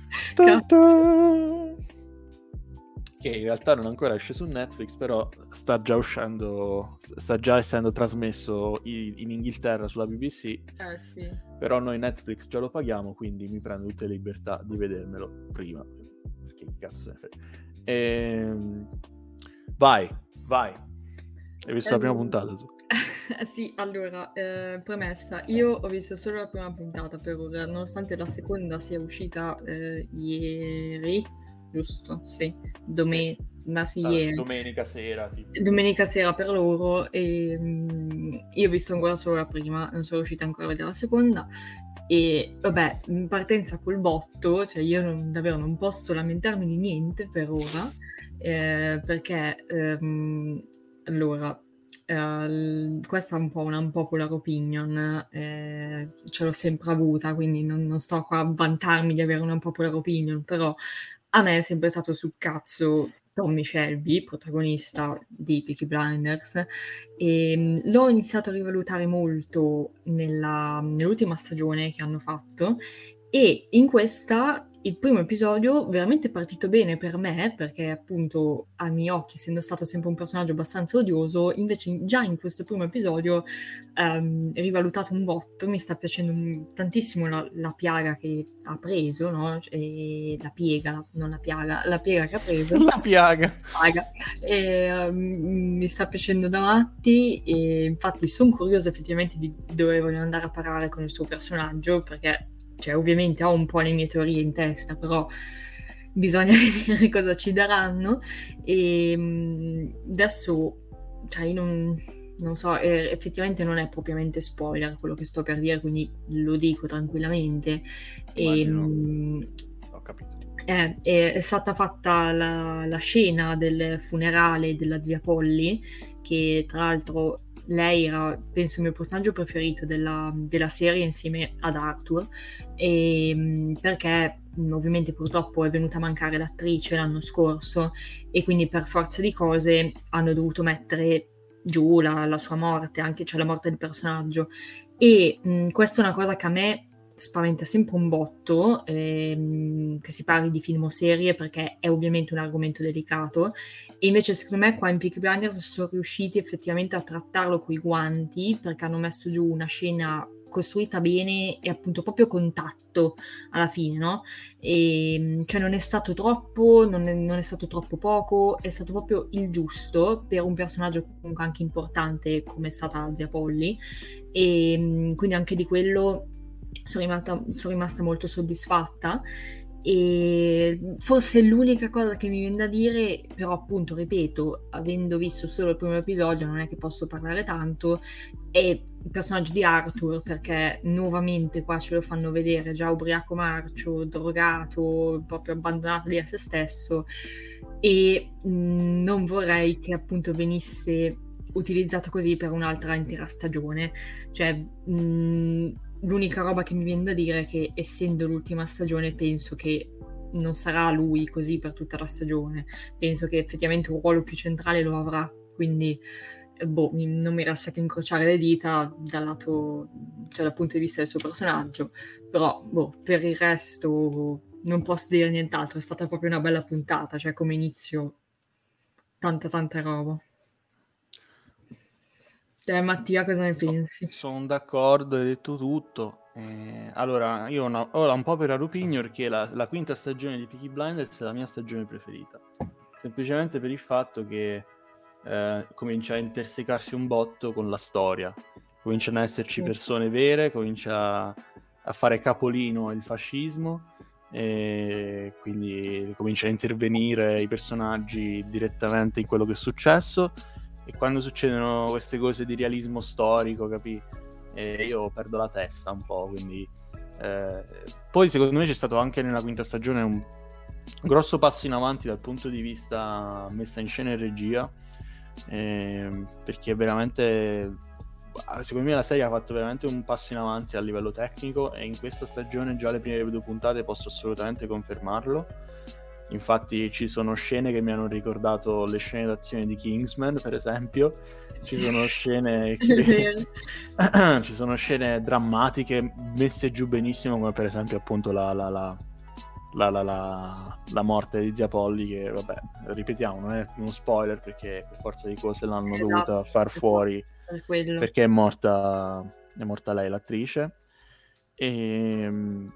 Che in realtà non ancora esce su Netflix, però sta già essendo trasmesso in Inghilterra sulla BBC. Sì. Però noi Netflix già lo paghiamo, quindi mi prendo tutte le libertà di vedermelo prima, perché che cazzo se ne frega. Vai. Hai visto la prima puntata tu? Sì, allora, premessa, io ho visto solo la prima puntata per ora, nonostante la seconda sia uscita ieri, giusto? Sì, domenica sera. Tipo. Domenica sera per loro, e io ho visto ancora solo la prima, non sono riuscita ancora a vedere la seconda. E vabbè, in partenza col botto, cioè io davvero non posso lamentarmi di niente per ora, perché allora, questa è un po' una unpopular opinion, ce l'ho sempre avuta, quindi non sto qua a vantarmi di avere una unpopular opinion, però a me è sempre stato sul cazzo Tommy Shelby, protagonista di Peaky Blinders, e l'ho iniziato a rivalutare molto nell'ultima stagione che hanno fatto, e in questa il primo episodio veramente è partito bene per me, perché appunto ai miei occhi, essendo stato sempre un personaggio abbastanza odioso, invece già in questo primo episodio rivalutato un botto, mi sta piacendo tantissimo la piaga che ha preso, no? E la piega, non la piaga, la piega che ha preso. La piaga. E, mi sta piacendo da matti, e infatti sono curiosa effettivamente di dove vogliono andare a parare con il suo personaggio, perché cioè ovviamente ho un po' le mie teorie in testa, però bisogna vedere cosa ci daranno. E adesso, cioè io non so, effettivamente non è propriamente spoiler quello che sto per dire, quindi lo dico tranquillamente. Ho capito. È stata fatta la scena del funerale della zia Polly, che tra l'altro lei era, penso, il mio personaggio preferito della serie insieme ad Arthur, perché ovviamente purtroppo è venuta a mancare l'attrice l'anno scorso e quindi per forza di cose hanno dovuto mettere giù la sua morte, anche cioè la morte del personaggio. E questa è una cosa che a me spaventa sempre un botto, che si parli di film o serie, perché è ovviamente un argomento delicato, e invece secondo me qua in Peaky Blinders sono riusciti effettivamente a trattarlo coi guanti, perché hanno messo giù una scena costruita bene e appunto proprio contatto alla fine, no? E cioè non è stato troppo, non è stato troppo poco, è stato proprio il giusto per un personaggio comunque anche importante come è stata Zia Polly, e quindi anche di quello sono rimasta molto soddisfatta. E forse l'unica cosa che mi viene da dire, però appunto ripeto, avendo visto solo il primo episodio non è che posso parlare tanto, è il personaggio di Arthur, perché nuovamente qua ce lo fanno vedere già ubriaco marcio, drogato, proprio abbandonato lì a se stesso, e non vorrei che appunto venisse utilizzato così per un'altra intera stagione. Cioè l'unica roba che mi viene da dire è che essendo l'ultima stagione penso che non sarà lui così per tutta la stagione, penso che effettivamente un ruolo più centrale lo avrà, quindi non mi resta che incrociare le dita dal lato, cioè dal punto di vista del suo personaggio, però per il resto non posso dire nient'altro, è stata proprio una bella puntata, cioè come inizio tanta roba. Mattia, cosa ne pensi? Sono d'accordo, hai detto tutto. Allora, io ho un po' per Arupigno perché la quinta stagione di Peaky Blinders è la mia stagione preferita. Semplicemente per il fatto che comincia a intersecarsi un botto con la storia. Cominciano ad esserci persone vere, comincia a fare capolino il fascismo, e quindi comincia a intervenire i personaggi direttamente in quello che è successo. E quando succedono queste cose di realismo storico, capì? Io perdo la testa un po', quindi... Poi secondo me c'è stato anche nella quinta stagione un grosso passo in avanti dal punto di vista messa in scena e regia, perché veramente... Secondo me la serie ha fatto veramente un passo in avanti a livello tecnico, e in questa stagione già le prime 2 puntate posso assolutamente confermarlo. Infatti ci sono scene che mi hanno ricordato le scene d'azione di Kingsman, per esempio. Ci sono scene ci sono scene drammatiche messe giù benissimo, come per esempio appunto la morte di Zia Polly, che vabbè, ripetiamo, non è uno spoiler perché per forza di cose l'hanno dovuta far fuori perché è morta lei, l'attrice. E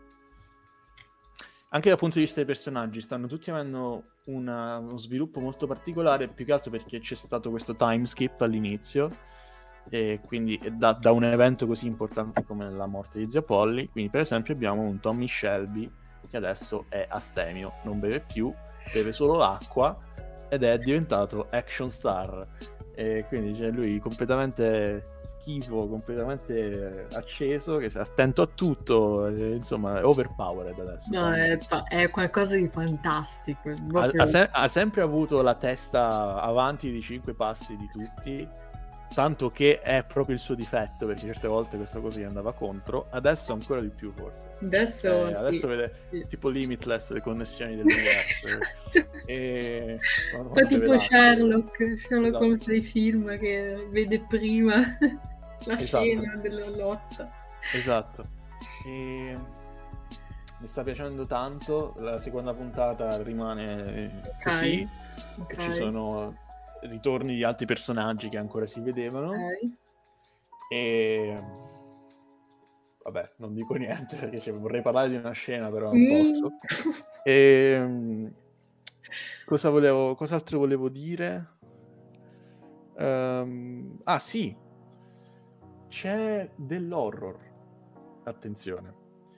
anche dal punto di vista dei personaggi stanno tutti avendo uno sviluppo molto particolare, più che altro perché c'è stato questo time skip all'inizio, e quindi da un evento così importante come la morte di Zia Polly. Quindi per esempio abbiamo un Tommy Shelby che adesso è astemio, non beve più, beve solo l'acqua ed è diventato action star. E quindi c'è lui completamente schifo, completamente acceso, che è attento a tutto, insomma è overpowered adesso. No, è qualcosa di fantastico. Ha sempre avuto la testa avanti di 5 passi di tutti, tanto che è proprio il suo difetto, perché certe volte questa cosa gli andava contro. Adesso ancora di più forse. Adesso vede tipo Limitless, le connessioni dell'universo. E fa tipo Sherlock Holmes dei film, che vede prima la scena della lotta. Esatto. E mi sta piacendo tanto. La seconda puntata rimane così. Ci sono ritorni di altri personaggi che ancora si vedevano. E vabbè, non dico niente perché vorrei parlare di una scena, però non posso. E cos'altro volevo dire? Sì, c'è dell'horror, attenzione,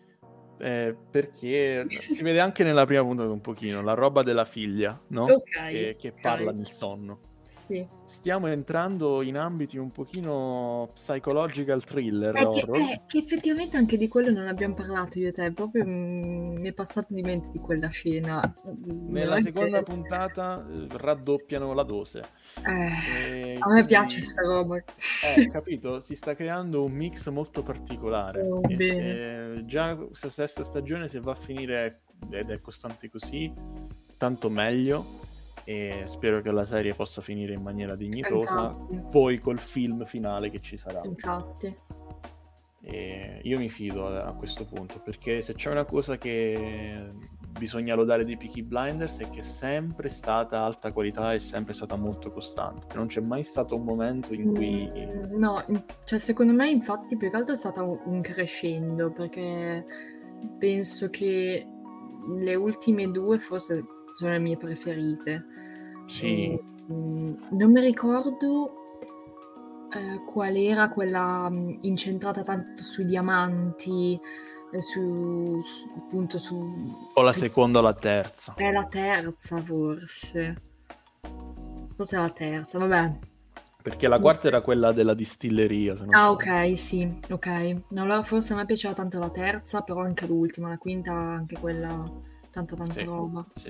perché si vede anche nella prima puntata un pochino la roba della figlia, no? Che parla nel sonno. Sì. Stiamo entrando in ambiti un pochino psychological thriller, Che, horror. che effettivamente anche di quello non abbiamo parlato io e te, proprio mi è passato di mente di quella scena. Nella Veramente... seconda puntata raddoppiano la dose. A me piace sta roba. Capito? Si sta creando un mix molto particolare. E Bene. se già questa sesta stagione, se va a finire ed è costante così, tanto meglio. E spero che la serie possa finire in maniera dignitosa. Infatti. Poi col film finale che ci sarà. Infatti. E io mi fido a questo punto, perché se c'è una cosa che bisogna lodare di Peaky Blinders è che è sempre stata alta qualità e sempre stata molto costante. Non c'è mai stato un momento in cui... No, cioè secondo me infatti più che altro è stato un crescendo, perché penso che le ultime due forse sono le mie preferite. Sì. Non mi ricordo qual era quella incentrata tanto sui diamanti, appunto su... O la seconda o la terza. È la terza forse. Forse è la terza, vabbè. Perché la quarta era quella della distilleria, se non sbaglio. Ok, sì, ok. No, allora forse a me piaceva tanto la terza, però anche l'ultima, la quinta, anche quella, tanta Sì. roba. Sì.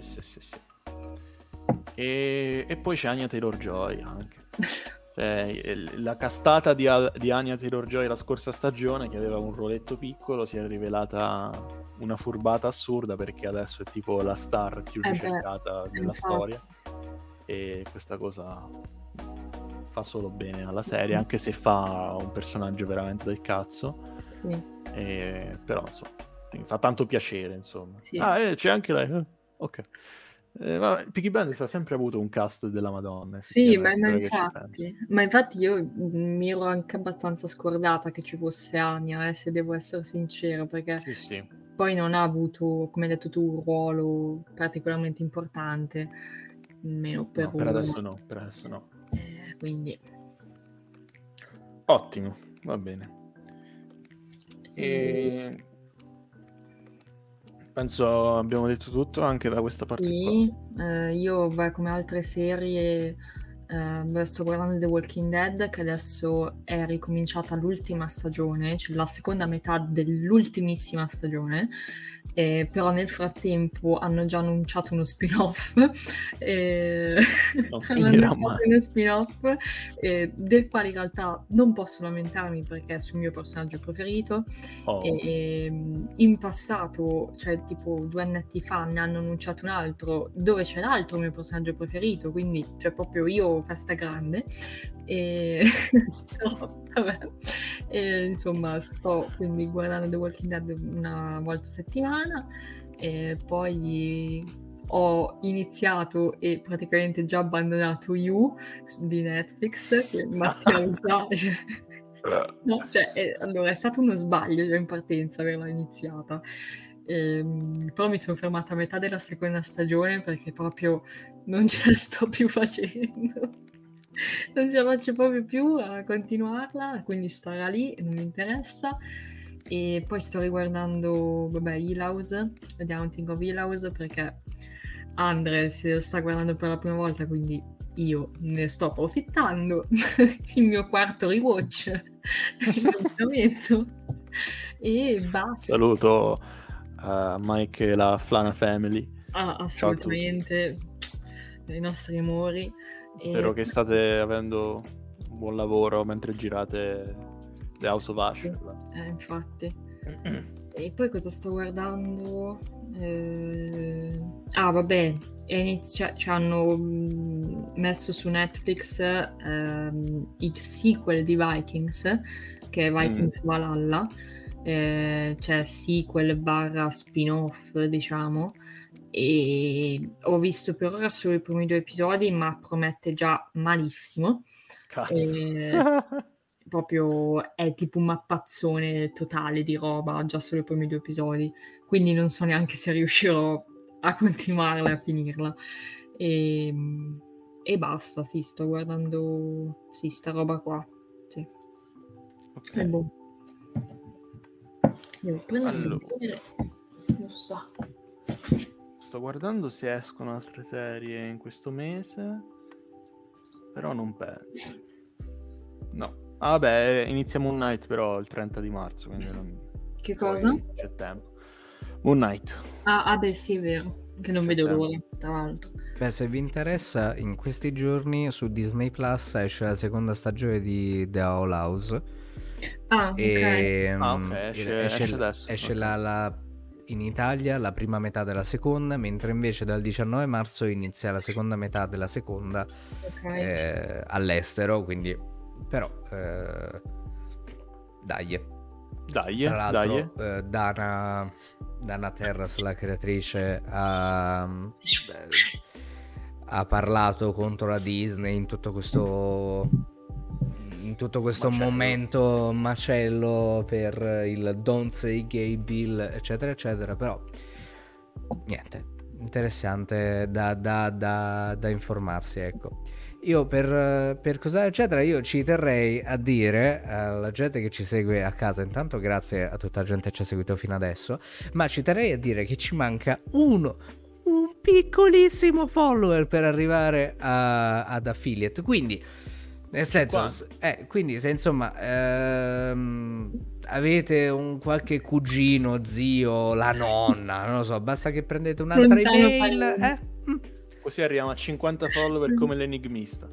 E poi c'è Anya Taylor-Joy anche. Cioè, la castata di Anya Taylor-Joy la scorsa stagione, che aveva un roletto piccolo, si è rivelata una furbata assurda, perché adesso è tipo la star più ricercata della storia. E questa cosa fa solo bene alla serie, anche se fa un personaggio veramente del cazzo. Sì. Però insomma, mi fa tanto piacere, insomma. Sì. C'è anche lei. Ok. Peaky Blinders ha sempre avuto un cast della Madonna. Sì, ma infatti io mi ero anche abbastanza scordata che ci fosse Anya, se devo essere sincera, perché Sì. poi non ha avuto, come hai detto tu, un ruolo particolarmente importante, almeno per ora. Per adesso no. Quindi ottimo, va bene. E penso abbiamo detto tutto anche da questa parte qua. Io come altre serie sto guardando The Walking Dead, che adesso è ricominciata l'ultima stagione, cioè la seconda metà dell'ultimissima stagione, però nel frattempo hanno già annunciato uno spin-off non finirà mai. uno spin-off del quale in realtà non posso lamentarmi perché è sul mio personaggio preferito. In passato, cioè tipo 2 annetti fa, ne hanno annunciato un altro dove c'è l'altro mio personaggio preferito, quindi cioè proprio io festa grande insomma sto quindi guardando The Walking Dead una volta a settimana, e poi ho iniziato e praticamente già abbandonato You di Netflix, che Mattia lo sa. No, cioè, allora è stato uno sbaglio già in partenza averla iniziata, però mi sono fermata a metà della seconda stagione perché proprio non ce la sto più facendo, non ce la faccio proprio più a continuarla, quindi starà lì, non mi interessa. E poi sto riguardando, Hill House, The Haunting of Hill House, perché Andre se lo sta guardando per la prima volta, quindi io ne sto approfittando. Il mio quarto rewatch e basta. Saluto a Mike e la Flana Family. Assolutamente, i nostri amori. Spero che state avendo un buon lavoro mentre girate The House of Usher. Infatti. E poi cosa sto guardando? Vabbè, hanno messo su Netflix il sequel di Vikings, che è Vikings Valhalla, cioè sequel / spin-off, diciamo, e ho visto per ora solo i primi 2 episodi, ma promette già malissimo. Proprio è tipo un mappazzone totale di roba già solo i primi 2 episodi, quindi non so neanche se riuscirò a continuarla e a finirla, e basta. Sì, sto guardando sta roba qua, sì. Okay. Devo prendere non so. Sto guardando se escono altre serie in questo mese. Però non penso. No. Ah, vabbè, inizia Moon Knight però il 30 di marzo, quindi Che cosa? C'è tempo. Moon Knight. Ah, beh, sì, è vero. Che non vedo l'ora, tra l'altro. Beh, se vi interessa, in questi giorni su Disney Plus esce la seconda stagione di The Owl House. Ah, ok. Esce adesso. Esce in Italia la prima metà della seconda, mentre invece dal 19 marzo inizia la seconda metà della seconda all'estero, quindi però dai. Tra l'altro Dana Terrace, la creatrice, ha parlato contro la Disney in tutto questo momento macello per il Don't Say Gay Bill, eccetera eccetera. Però niente, interessante da informarsi, ecco. Io per cos'è eccetera, io ci terrei a dire alla gente che ci segue a casa, intanto grazie a tutta la gente che ci ha seguito fino adesso, ma ci terrei a dire che ci manca un piccolissimo follower per arrivare ad affiliate, quindi nel senso, quindi se insomma avete un qualche cugino, zio, la nonna, non lo so, basta che prendete un'altra email, così arriviamo a 50 follower come l'enigmista.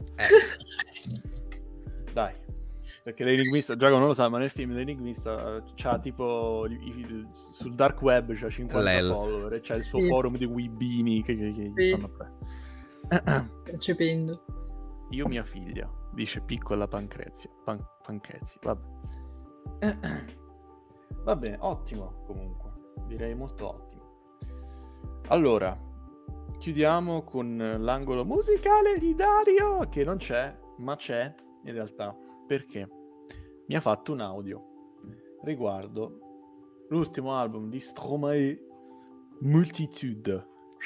Dai, perché l'enigmista, Giacomo non lo sa, ma nel film l'enigmista c'ha tipo sul dark web c'ha 50 follower e c'ha il suo forum di Weebini che gli stanno presso. Percependo. Io mia figlia, dice piccola Pancrezia. Vabbè. Va bene, ottimo comunque. Direi molto ottimo. Allora, chiudiamo con l'angolo musicale di Dario, che non c'è, ma c'è in realtà, perché mi ha fatto un audio riguardo l'ultimo album di Stromae, Multitude.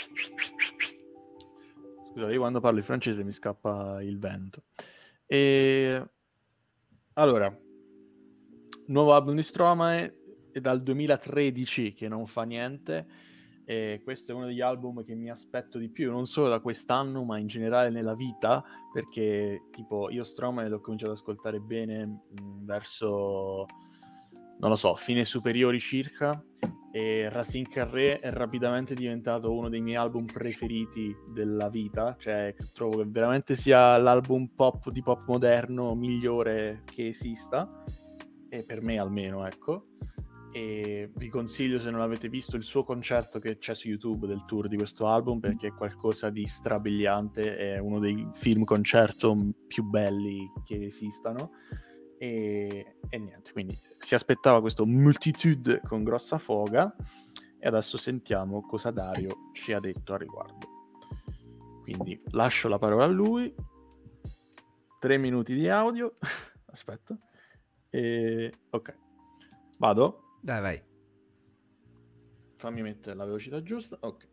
Scusate, io quando parlo in francese mi scappa il vento. E allora, nuovo album di Stromae è dal 2013 che non fa niente, e questo è uno degli album che mi aspetto di più, non solo da quest'anno ma in generale nella vita, perché tipo io Stromae l'ho cominciato ad ascoltare bene verso, non lo so, fine superiori circa, e Racine Carré è rapidamente diventato uno dei miei album preferiti della vita, cioè trovo che veramente sia l'album pop di pop moderno migliore che esista, e per me almeno, ecco. E vi consiglio, se non avete visto, il suo concerto che c'è su YouTube del tour di questo album, perché è qualcosa di strabiliante, è uno dei film concerto più belli che esistano. E niente, quindi si aspettava questo Multitude con grossa foga, e adesso sentiamo cosa Dario ci ha detto a riguardo. Quindi lascio la parola a lui. 3 minuti di audio. Aspetta. Ok, vado? Vai. Fammi mettere la velocità giusta. Ok.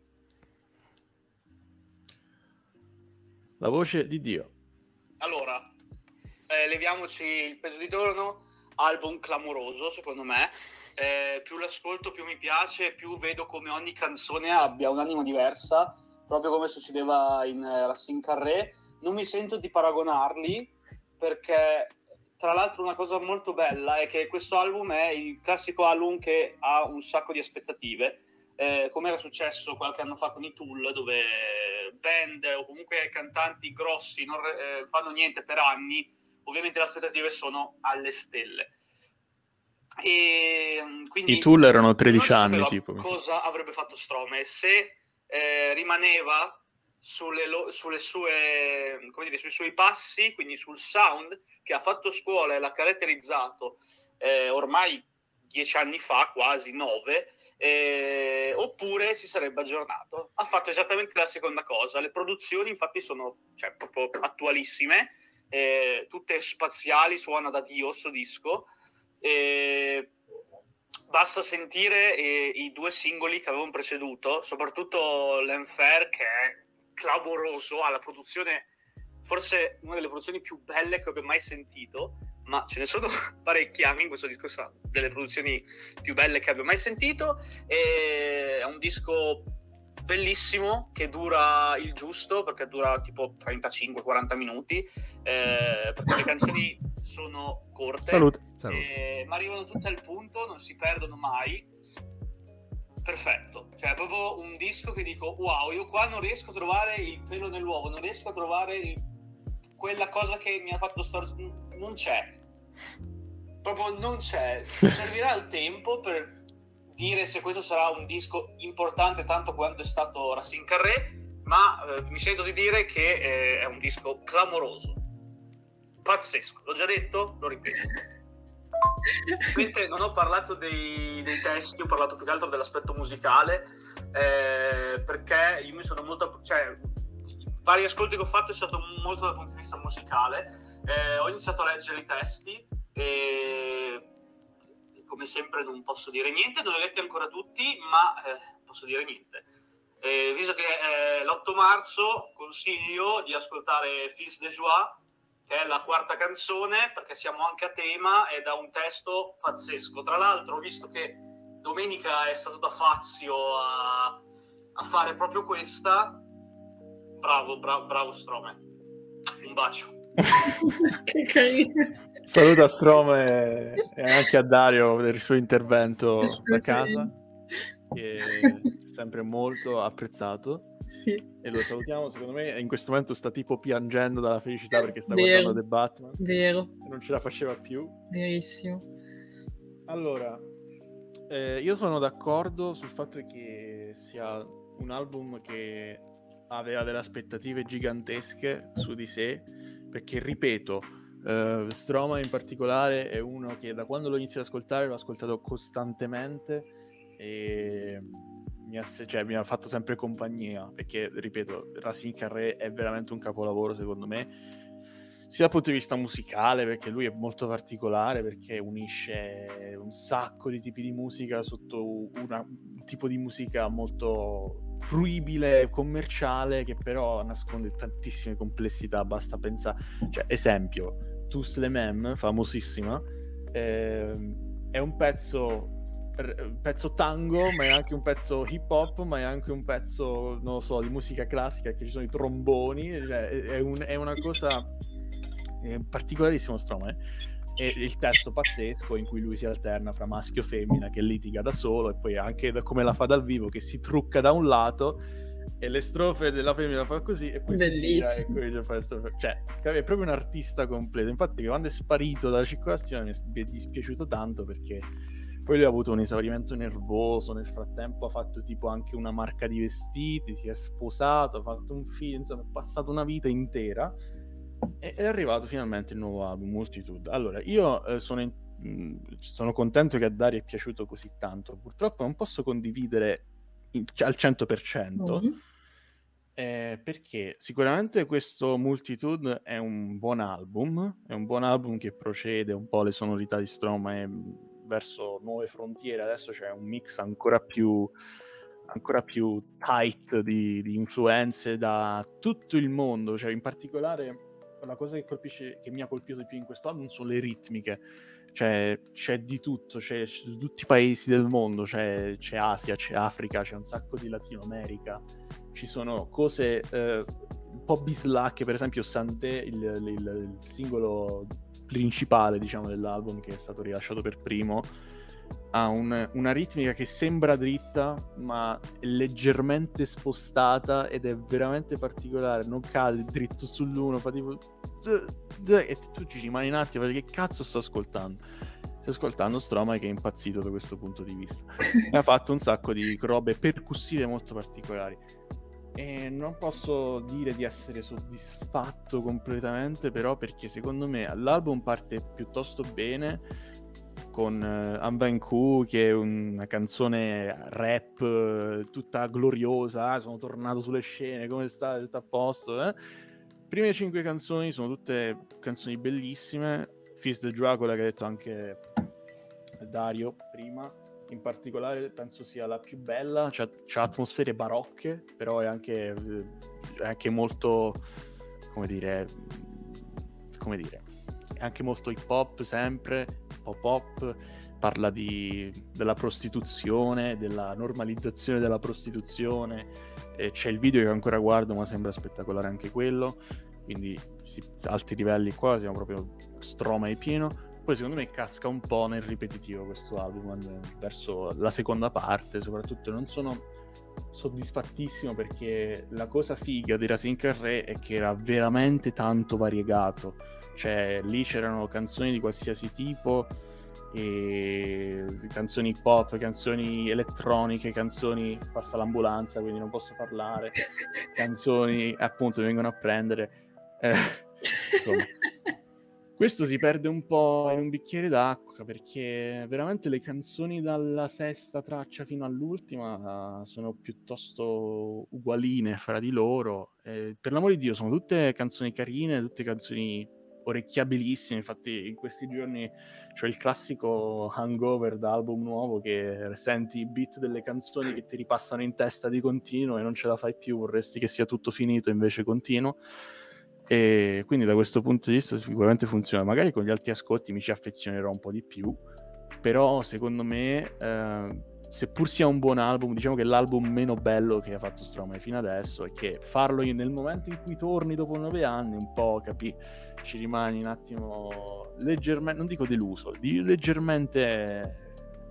La voce di Dio. Allora, leviamoci il peso di torno. Album clamoroso, secondo me. Più l'ascolto, più mi piace, più vedo come ogni canzone abbia un'anima diversa, proprio come succedeva in Racine Carré. Non mi sento di paragonarli, perché tra l'altro una cosa molto bella è che questo album è il classico album che ha un sacco di aspettative, come era successo qualche anno fa con i Tool, dove band o comunque cantanti grossi non fanno niente per anni, ovviamente le aspettative sono alle stelle. E quindi i Tool erano 13 anni tipo. Cosa avrebbe fatto Stromae se rimaneva sulle sue, come dire, sui suoi passi, quindi sul sound che ha fatto scuola e l'ha caratterizzato ormai 10 anni fa, quasi 9, oppure si sarebbe aggiornato. Ha fatto esattamente la seconda cosa. Le produzioni infatti sono proprio attualissime, tutte spaziali, suona da Dio sto disco. Basta sentire i 2 singoli che avevano preceduto, soprattutto L'Enfer, che è clamoroso, ha la produzione, forse una delle produzioni più belle che abbia mai sentito, ma ce ne sono parecchi anche in questo disco, delle produzioni più belle che abbia mai sentito. E è un disco bellissimo, che dura il giusto, perché dura tipo 35-40 minuti, perché le canzoni sono corte, ma arrivano tutte al punto, non si perdono mai. Perfetto, cioè è proprio un disco che dico wow, io qua non riesco a trovare il pelo nell'uovo, non riesco a trovare quella cosa che mi ha fatto non c'è, proprio non c'è. Servirà il tempo per dire se questo sarà un disco importante tanto quanto è stato Racine Carré, ma mi sento di dire che è un disco clamoroso, pazzesco, l'ho già detto, lo ripeto. Mentre non ho parlato dei testi, ho parlato più che altro dell'aspetto musicale, perché io mi sono molto, cioè i vari ascolti che ho fatto è stato molto dal punto di vista musicale. Ho iniziato a leggere i testi e come sempre non posso dire niente, non li ho letti ancora tutti, ma posso dire niente. Visto che l'8 marzo consiglio di ascoltare Fils de Joie, che è la quarta canzone, perché siamo anche a tema ed ha un testo pazzesco. Tra l'altro ho visto che domenica è stato da Fazio a fare proprio questa. Bravo Strome, un bacio. Che carino. Saluta Strome e anche a Dario per il suo intervento da casa, che è sempre molto apprezzato. Sì. E lo salutiamo, secondo me in questo momento sta tipo piangendo dalla felicità perché sta guardando The Batman. Vero. E non ce la faceva più. Verissimo. Allora, io sono d'accordo sul fatto che sia un album che aveva delle aspettative gigantesche su di sé, perché ripeto, Stromae in particolare è uno che da quando lo inizio ad ascoltare l'ho ascoltato costantemente e mi ha fatto sempre compagnia, perché ripeto, Racine Carré è veramente un capolavoro secondo me, sia dal punto di vista musicale, perché lui è molto particolare, perché unisce un sacco di tipi di musica sotto un tipo di musica molto fruibile, commerciale, che però nasconde tantissime complessità. Basta pensare, cioè esempio, Tous les Mêmes, famosissima, è un pezzo tango, ma è anche un pezzo hip hop, ma è anche un pezzo, non lo so, di musica classica, che ci sono i tromboni, cioè è una cosa particolarissimo Stromae, e il testo pazzesco in cui lui si alterna fra maschio e femmina, che litiga da solo, e poi anche come la fa dal vivo, che si trucca da un lato e le strofe della femmina fa così e poi bellissimo. si tira e fa le strofe. Cioè è proprio un artista completo. Infatti quando è sparito dalla circolazione mi è dispiaciuto tanto, perché poi lui ha avuto un esaurimento nervoso, nel frattempo ha fatto tipo anche una marca di vestiti, si è sposato, ha fatto un figlio, insomma è passato una vita intera e è arrivato finalmente il nuovo album, Multitude. Allora, io sono contento che a Dario è piaciuto così tanto. Purtroppo non posso condividere al 100%, perché sicuramente questo Multitude è un buon album che procede un po' le sonorità di Stromae verso nuove frontiere. Adesso c'è un mix ancora più tight di influenze da tutto il mondo. Cioè, in particolare la cosa che mi ha colpito di più in questo album sono le ritmiche. Cioè, c'è di tutto, c'è tutti i paesi del mondo, c'è Asia, c'è Africa, c'è un sacco di Latino America, ci sono cose un po' bislacche. Per esempio Santé, il singolo principale, diciamo, dell'album, che è stato rilasciato per primo, ha una ritmica che sembra dritta ma è leggermente spostata ed è veramente particolare, non cade dritto sull'uno, fa tipo e tu ci rimani un attimo, perché che cazzo sto ascoltando? Sto ascoltando Stromae, che è impazzito da questo punto di vista e ha fatto un sacco di robe percussive molto particolari, e non posso dire di essere soddisfatto completamente, però, perché secondo me l'album parte piuttosto bene con Un Vaincu, che è una canzone rap tutta gloriosa, sono tornato sulle scene, come sta a posto, Prime 5 canzoni sono tutte canzoni bellissime. Fils de Joie, quella che ha detto anche Dario prima, in particolare penso sia la più bella, c'ha atmosfere barocche, però è anche molto, come dire, è anche molto hip hop, sempre pop, parla della prostituzione, della normalizzazione della prostituzione, c'è il video che ancora guardo, ma sembra spettacolare anche quello, quindi alti livelli qua, siamo proprio Stromae pieno. Poi secondo me casca un po' nel ripetitivo questo album verso la seconda parte, soprattutto non sono soddisfattissimo perché la cosa figa di Rasin Carré è che era veramente tanto variegato, cioè lì c'erano canzoni di qualsiasi tipo, e canzoni pop, canzoni elettroniche, canzoni passa l'ambulanza quindi non posso parlare, canzoni appunto vengono a prendere, insomma questo si perde un po' in un bicchiere d'acqua, perché veramente le canzoni dalla sesta traccia fino all'ultima sono piuttosto ugualine fra di loro. Per l'amor di Dio, sono tutte canzoni carine, tutte canzoni orecchiabilissime. Infatti in questi giorni c'ho il classico hangover da album nuovo, che senti i beat delle canzoni che ti ripassano in testa di continuo e non ce la fai più, vorresti che sia tutto finito, invece continuo. E quindi da questo punto di vista sicuramente funziona. Magari con gli altri ascolti mi ci affezionerò un po' di più, però secondo me seppur sia un buon album, diciamo che è l'album meno bello che ha fatto Stromae fino adesso, e che farlo nel momento in cui torni dopo 9 anni un po', ci rimani un attimo leggermente, non dico deluso, leggermente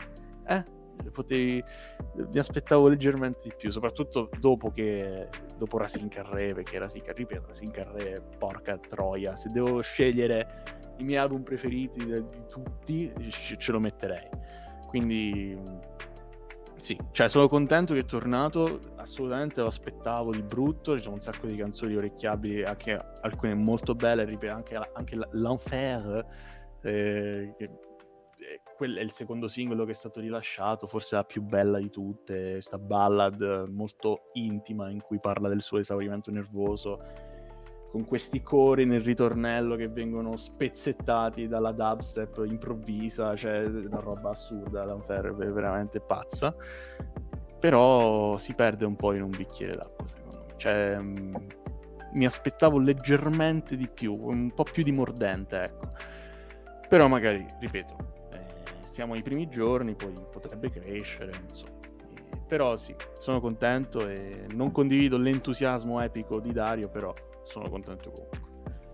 mi aspettavo leggermente di più, soprattutto dopo Rasin Carré, perché Rasin Carré, porca troia, se devo scegliere i miei album preferiti di tutti ce lo metterei, quindi sì, cioè sono contento che è tornato, assolutamente lo aspettavo di brutto, ci sono un sacco di canzoni orecchiabili, anche alcune molto belle, anche l'Enfer, che quello è il secondo singolo che è stato rilasciato, forse la più bella di tutte, sta ballad molto intima in cui parla del suo esaurimento nervoso, con questi cori nel ritornello che vengono spezzettati dalla dubstep improvvisa, cioè una roba assurda, l'Enfer è veramente pazza, però si perde un po' in un bicchiere d'acqua secondo me, cioè mi aspettavo leggermente di più, un po' più di mordente, ecco, però magari, ripeto, siamo ai primi giorni, poi potrebbe crescere, insomma. Però sì, sono contento e non condivido l'entusiasmo epico di Dario, però sono contento comunque.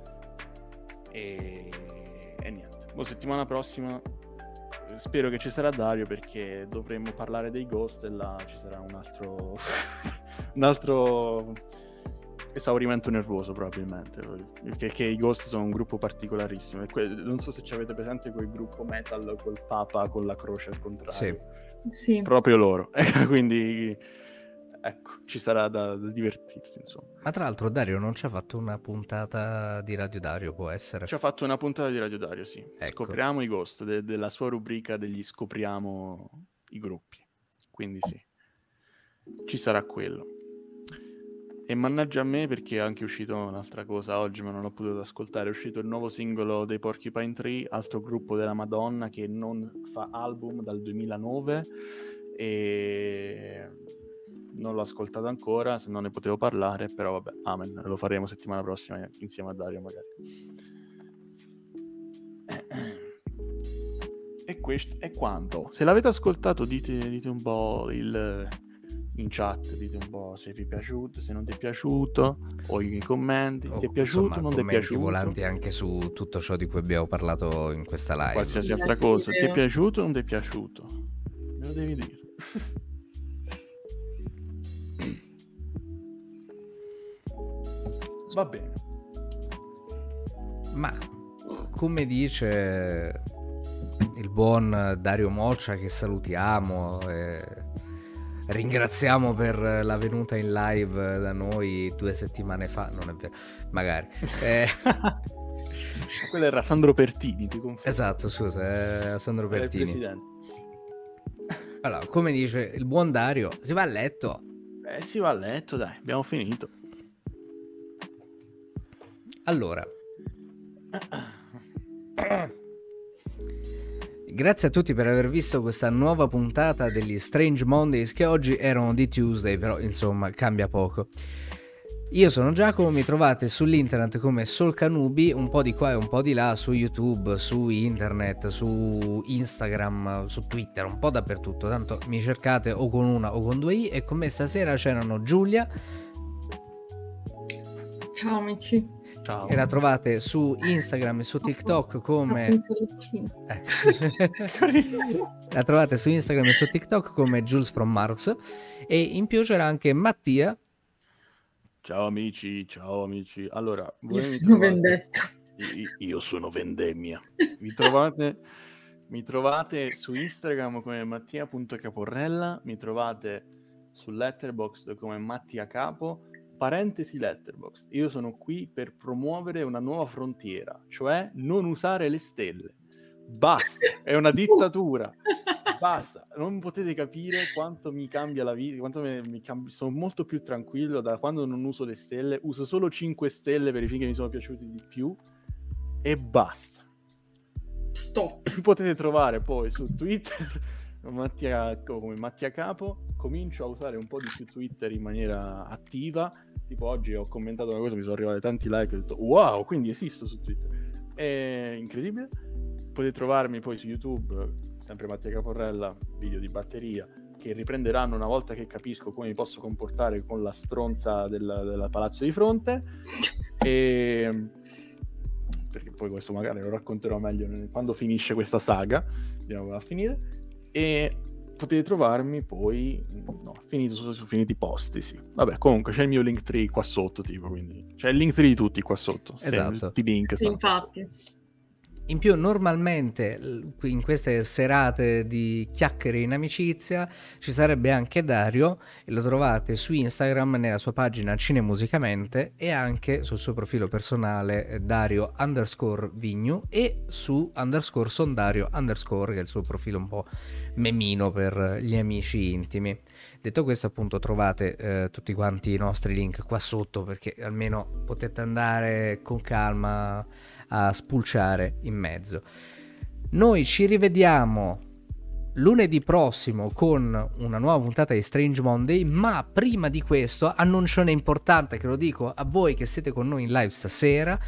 E niente, settimana prossima spero che ci sarà Dario, perché dovremmo parlare dei Ghost e là ci sarà un altro esaurimento nervoso probabilmente, perché i Ghost sono un gruppo particolarissimo, non so se ci avete presente quel gruppo metal col papa con la croce al contrario, sì. Proprio loro, quindi ecco, ci sarà da divertirsi, insomma. Ma tra l'altro Dario non ci ha fatto una puntata di Radio Dario, può essere? Ci ha fatto una puntata di Radio Dario, sì, ecco. Scopriamo i Ghost, della sua rubrica degli scopriamo i gruppi, quindi sì, ci sarà quello. E mannaggia a me, perché è anche uscito un'altra cosa oggi, ma non l'ho potuto ascoltare. È uscito il nuovo singolo dei Porcupine Tree, altro gruppo della Madonna che non fa album dal 2009, e non l'ho ascoltato ancora, se non ne potevo parlare, però vabbè, amen, lo faremo settimana prossima insieme a Dario magari. E questo è quanto. Se l'avete ascoltato dite un po' in chat, dite un po' se vi è piaciuto, se non ti è piaciuto, o in commenti, ti è piaciuto, insomma, non ti è piaciuto, volanti anche su tutto ciò di cui abbiamo parlato in questa live, qualsiasi altra cosa, ti è piaciuto o non ti è piaciuto, me lo devi dire. Va bene, ma come dice il buon Dario Moccia, che salutiamo e ringraziamo per la venuta in live da noi 2 settimane fa, non è vero, magari. Quello era Sandro Pertini, ti confermo. Esatto, scusa, è Sandro Pertini. Il presidente. Allora, come dice il buon Dario, si va a letto. Si va a letto, dai, abbiamo finito. Allora, grazie a tutti per aver visto questa nuova puntata degli Strange Mondays, che oggi erano di Tuesday, però insomma cambia poco. Io sono Giacomo, mi trovate sull'internet come Solcanubi, un po' di qua e un po' di là, su YouTube, su internet, su Instagram, su Twitter, un po' dappertutto, tanto mi cercate o con una o con due i. E con me stasera c'erano Giulia. Ciao amici. Ciao. E la trovate su Instagram e su TikTok come la trovate su Instagram e su TikTok come Jules from Mars. E in più c'era anche Mattia. Ciao amici. Allora, Io sono Vendetta. Io sono Vendemmia. Mi trovate su Instagram come mattia.caporrella, mi trovate su Letterboxd come Mattia Capo, parentesi Letterboxd. Io sono qui per promuovere una nuova frontiera, cioè non usare le stelle. Basta, è una dittatura. Basta, non potete capire quanto mi cambia la vita, quanto sono molto più tranquillo da quando non uso le stelle, uso solo 5 stelle per i film che mi sono piaciuti di più e basta. Stop. Mi potete trovare poi su Twitter come Mattia Capo, comincio a usare un po' di più Twitter in maniera attiva, tipo oggi ho commentato una cosa, mi sono arrivati tanti like, ho detto wow, quindi esisto su Twitter, è incredibile. Potete trovarmi poi su YouTube, sempre Mattia Caporella, video di batteria, che riprenderanno una volta che capisco come mi posso comportare con la stronza del palazzo di fronte, e perché poi questo magari lo racconterò meglio quando finisce questa saga, vediamo a finire, e potete trovarmi poi sono finiti i posti, sì. Vabbè, comunque c'è il mio Linktree qua sotto, tipo, quindi c'è il Linktree di tutti qua sotto. Esatto. Tutti i link. Sì, infatti. In più, normalmente in queste serate di chiacchiere in amicizia ci sarebbe anche Dario, e lo trovate su Instagram nella sua pagina Cinemusicamente e anche sul suo profilo personale Dario_Vignu e su _Sondario_ che è il suo profilo un po' memino per gli amici intimi. Detto questo, appunto, trovate tutti quanti i nostri link qua sotto, perché almeno potete andare con calma a spulciare in mezzo. Noi ci rivediamo lunedì prossimo con una nuova puntata di Strange Monday, ma prima di questo annuncione importante che lo dico a voi che siete con noi in live stasera.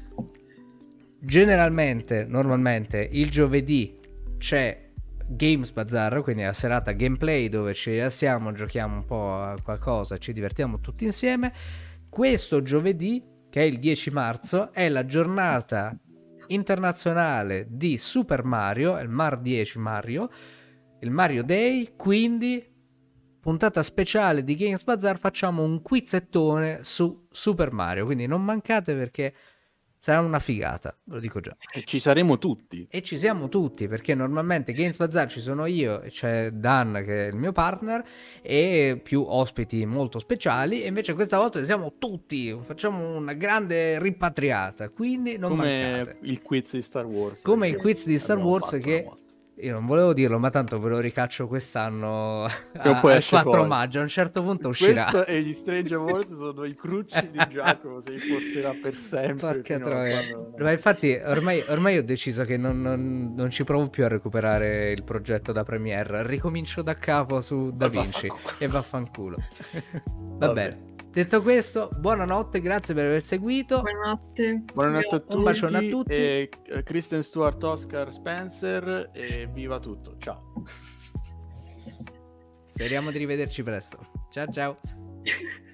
Normalmente il giovedì c'è Games Bazaar, quindi la serata gameplay dove ci rilassiamo, giochiamo un po' a qualcosa, ci divertiamo tutti insieme. Questo giovedì, che è il 10 marzo, è la giornata internazionale di Super Mario, il Mar 10 Mario, il Mario Day, quindi puntata speciale di Games Bazaar, facciamo un quizzettone su Super Mario, quindi non mancate perché sarà una figata, ve lo dico già. E ci saremo tutti. E ci siamo tutti, perché normalmente Games Bazaar ci sono io e c'è Dan che è il mio partner e più ospiti molto speciali, e invece questa volta siamo tutti, facciamo una grande rimpatriata, quindi non mancate. Come il quiz di Star Wars. Come il quiz di Star Wars che... Io non volevo dirlo, ma tanto ve lo ricaccio quest'anno al 4 maggio. A un certo punto uscirà. Questo e gli Strange Awards sono i crucci di Giacomo, se li porterà per sempre. Porca troia. Ma infatti ormai ho deciso che non ci provo più a recuperare il progetto da Premiere. Ricomincio da capo su Da Vinci e vaffanculo. Va bene. Detto questo, buonanotte, grazie per aver seguito. Buonanotte a tutti. Un bacione a tutti. E Kristen Stewart, Oscar Spencer, e viva tutto. Ciao. Speriamo di rivederci presto. Ciao ciao.